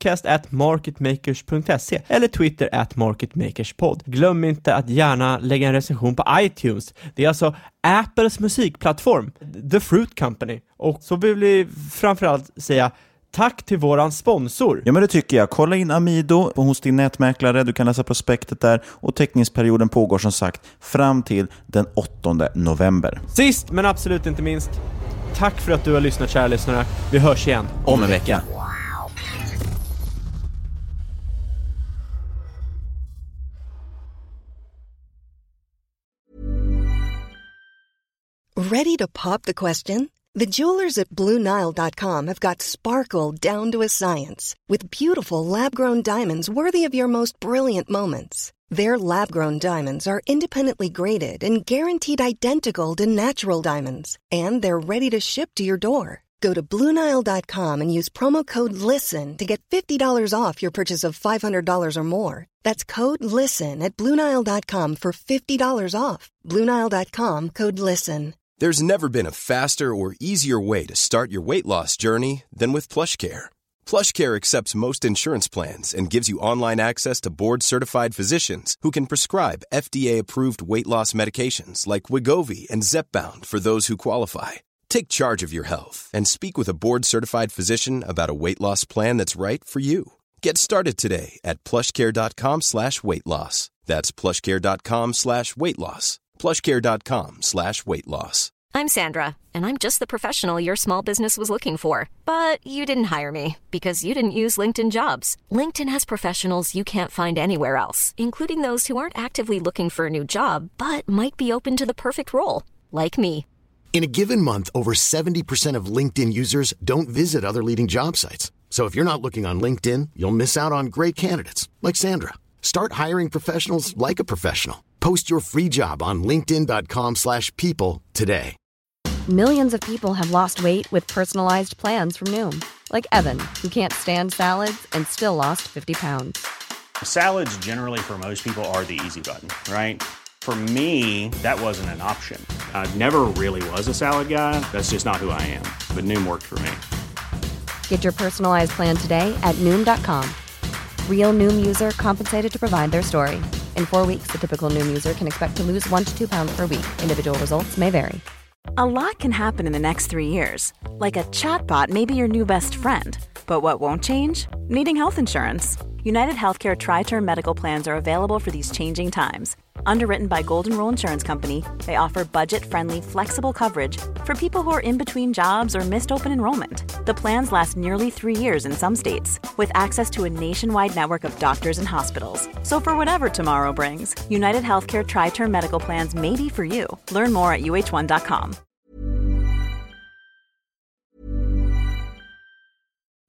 podcast@marketmakers.se eller Twitter @marketmakerspod. Glöm inte att gärna lägga en recension på iTunes. Det är alltså Apples musikplattform, The Fruit Company. Och så vill vi framförallt säga tack till våran sponsor. Ja, men det tycker jag. Kolla in Amido hos din nätmäklare. Du kan läsa prospektet där. Och teckningsperioden pågår som sagt fram till den 8 november. Sist men absolut inte minst, tack för att du har lyssnat, kära lyssnare. Vi hörs igen om en vecka. Ready to pop the question? The jewelers at BlueNile.com have got sparkle down to a science with beautiful lab-grown diamonds worthy of your most brilliant moments. Their lab-grown diamonds are independently graded and guaranteed identical to natural diamonds, and they're ready to ship to your door. Go to BlueNile.com and use promo code LISTEN to get $50 off your purchase of $500 or more. That's code LISTEN at BlueNile.com for $50 off. BlueNile.com, code LISTEN. There's never been a faster or easier way to start your weight loss journey than with PlushCare. PlushCare accepts most insurance plans and gives you online access to board-certified physicians who can prescribe FDA-approved weight loss medications like Wegovy and Zepbound for those who qualify. Take charge of your health and speak with a board-certified physician about a weight loss plan that's right for you. Get started today at plushcare.com/weightloss. That's plushcare.com/weightloss. plushcare.com/weightloss. I'm Sandra, and I'm just the professional your small business was looking for. But you didn't hire me because you didn't use LinkedIn Jobs. LinkedIn has professionals you can't find anywhere else, including those who aren't actively looking for a new job, but might be open to the perfect role, like me. In a given month, over 70% of LinkedIn users don't visit other leading job sites. So if you're not looking on LinkedIn, you'll miss out on great candidates, like Sandra. Start hiring professionals like a professional. Post your free job on linkedin.com/people today. Millions of people have lost weight with personalized plans from Noom. Like Evan, who can't stand salads and still lost 50 pounds. Salads generally for most people are the easy button, right? For me, that wasn't an option. I never really was a salad guy. That's just not who I am. But Noom worked for me. Get your personalized plan today at Noom.com. Real Noom user compensated to provide their story. In 4 weeks, the typical Noom user can expect to lose 1 to 2 pounds per week. Individual results may vary. A lot can happen in the next 3 years. Like a chatbot may be your new best friend. But what won't change? Needing health insurance. United Healthcare Tri-Term Medical Plans are available for these changing times. Underwritten by Golden Rule Insurance Company, they offer budget-friendly, flexible coverage for people who are in between jobs or missed open enrollment. The plans last nearly 3 years in some states, with access to a nationwide network of doctors and hospitals. So for whatever tomorrow brings, United Healthcare Tri-Term Medical Plans may be for you. Learn more at uh1.com.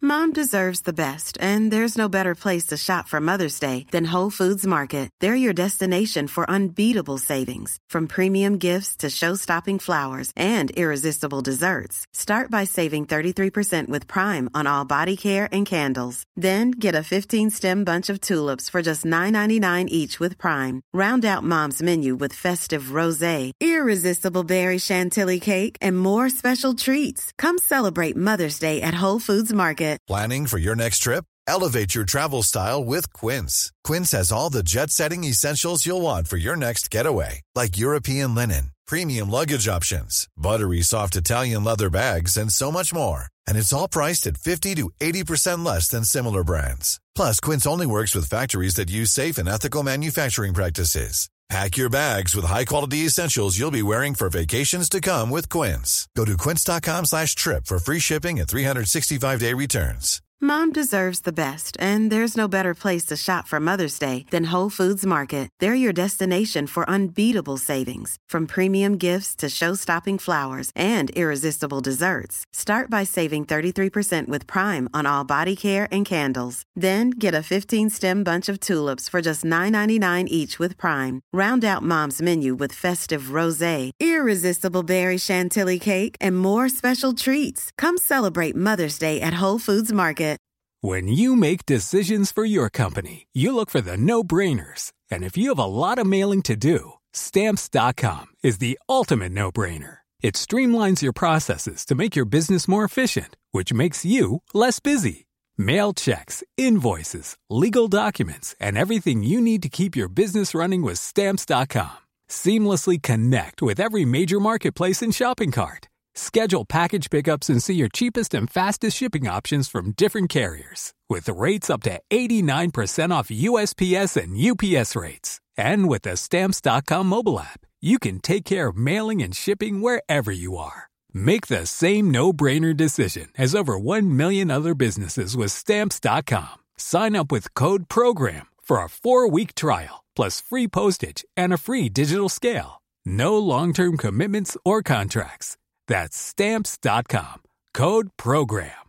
Mom deserves the best, and there's no better place to shop for Mother's Day than Whole Foods Market. They're your destination for unbeatable savings, from premium gifts to show-stopping flowers and irresistible desserts. Start by saving 33% with Prime on all body care and candles. Then get a 15-stem bunch of tulips for just $9.99 each with Prime. Round out Mom's menu with festive rosé, irresistible berry chantilly cake, and more special treats. Come celebrate Mother's Day at Whole Foods Market. Planning for your next trip? Elevate your travel style with Quince. Quince has all the jet-setting essentials you'll want for your next getaway, like European linen, premium luggage options, buttery soft Italian leather bags, and so much more. And it's all priced at 50 to 80% less than similar brands. Plus, Quince only works with factories that use safe and ethical manufacturing practices. Pack your bags with high-quality essentials you'll be wearing for vacations to come with Quince. Go to quince.com/trip for free shipping and 365-day returns. Mom deserves the best, and there's no better place to shop for Mother's Day than Whole Foods Market. They're your destination for unbeatable savings, from premium gifts to show-stopping flowers and irresistible desserts. Start by saving 33% with Prime on all body care and candles. Then get a 15-stem bunch of tulips for just $9.99 each with Prime. Round out Mom's menu with festive rosé, irresistible berry chantilly cake, and more special treats. Come celebrate Mother's Day at Whole Foods Market. When you make decisions for your company, you look for the no-brainers. And if you have a lot of mailing to do, Stamps.com is the ultimate no-brainer. It streamlines your processes to make your business more efficient, which makes you less busy. Mail checks, invoices, legal documents, and everything you need to keep your business running with Stamps.com. Seamlessly connect with every major marketplace and shopping cart. Schedule package pickups and see your cheapest and fastest shipping options from different carriers, with rates up to 89% off USPS and UPS rates. And with the Stamps.com mobile app, you can take care of mailing and shipping wherever you are. Make the same no-brainer decision as over 1 million other businesses with Stamps.com. Sign up with code PROGRAM for a 4-week trial, plus free postage and a free digital scale. No long-term commitments or contracts. That's Stamps.com. Code PROGRAM.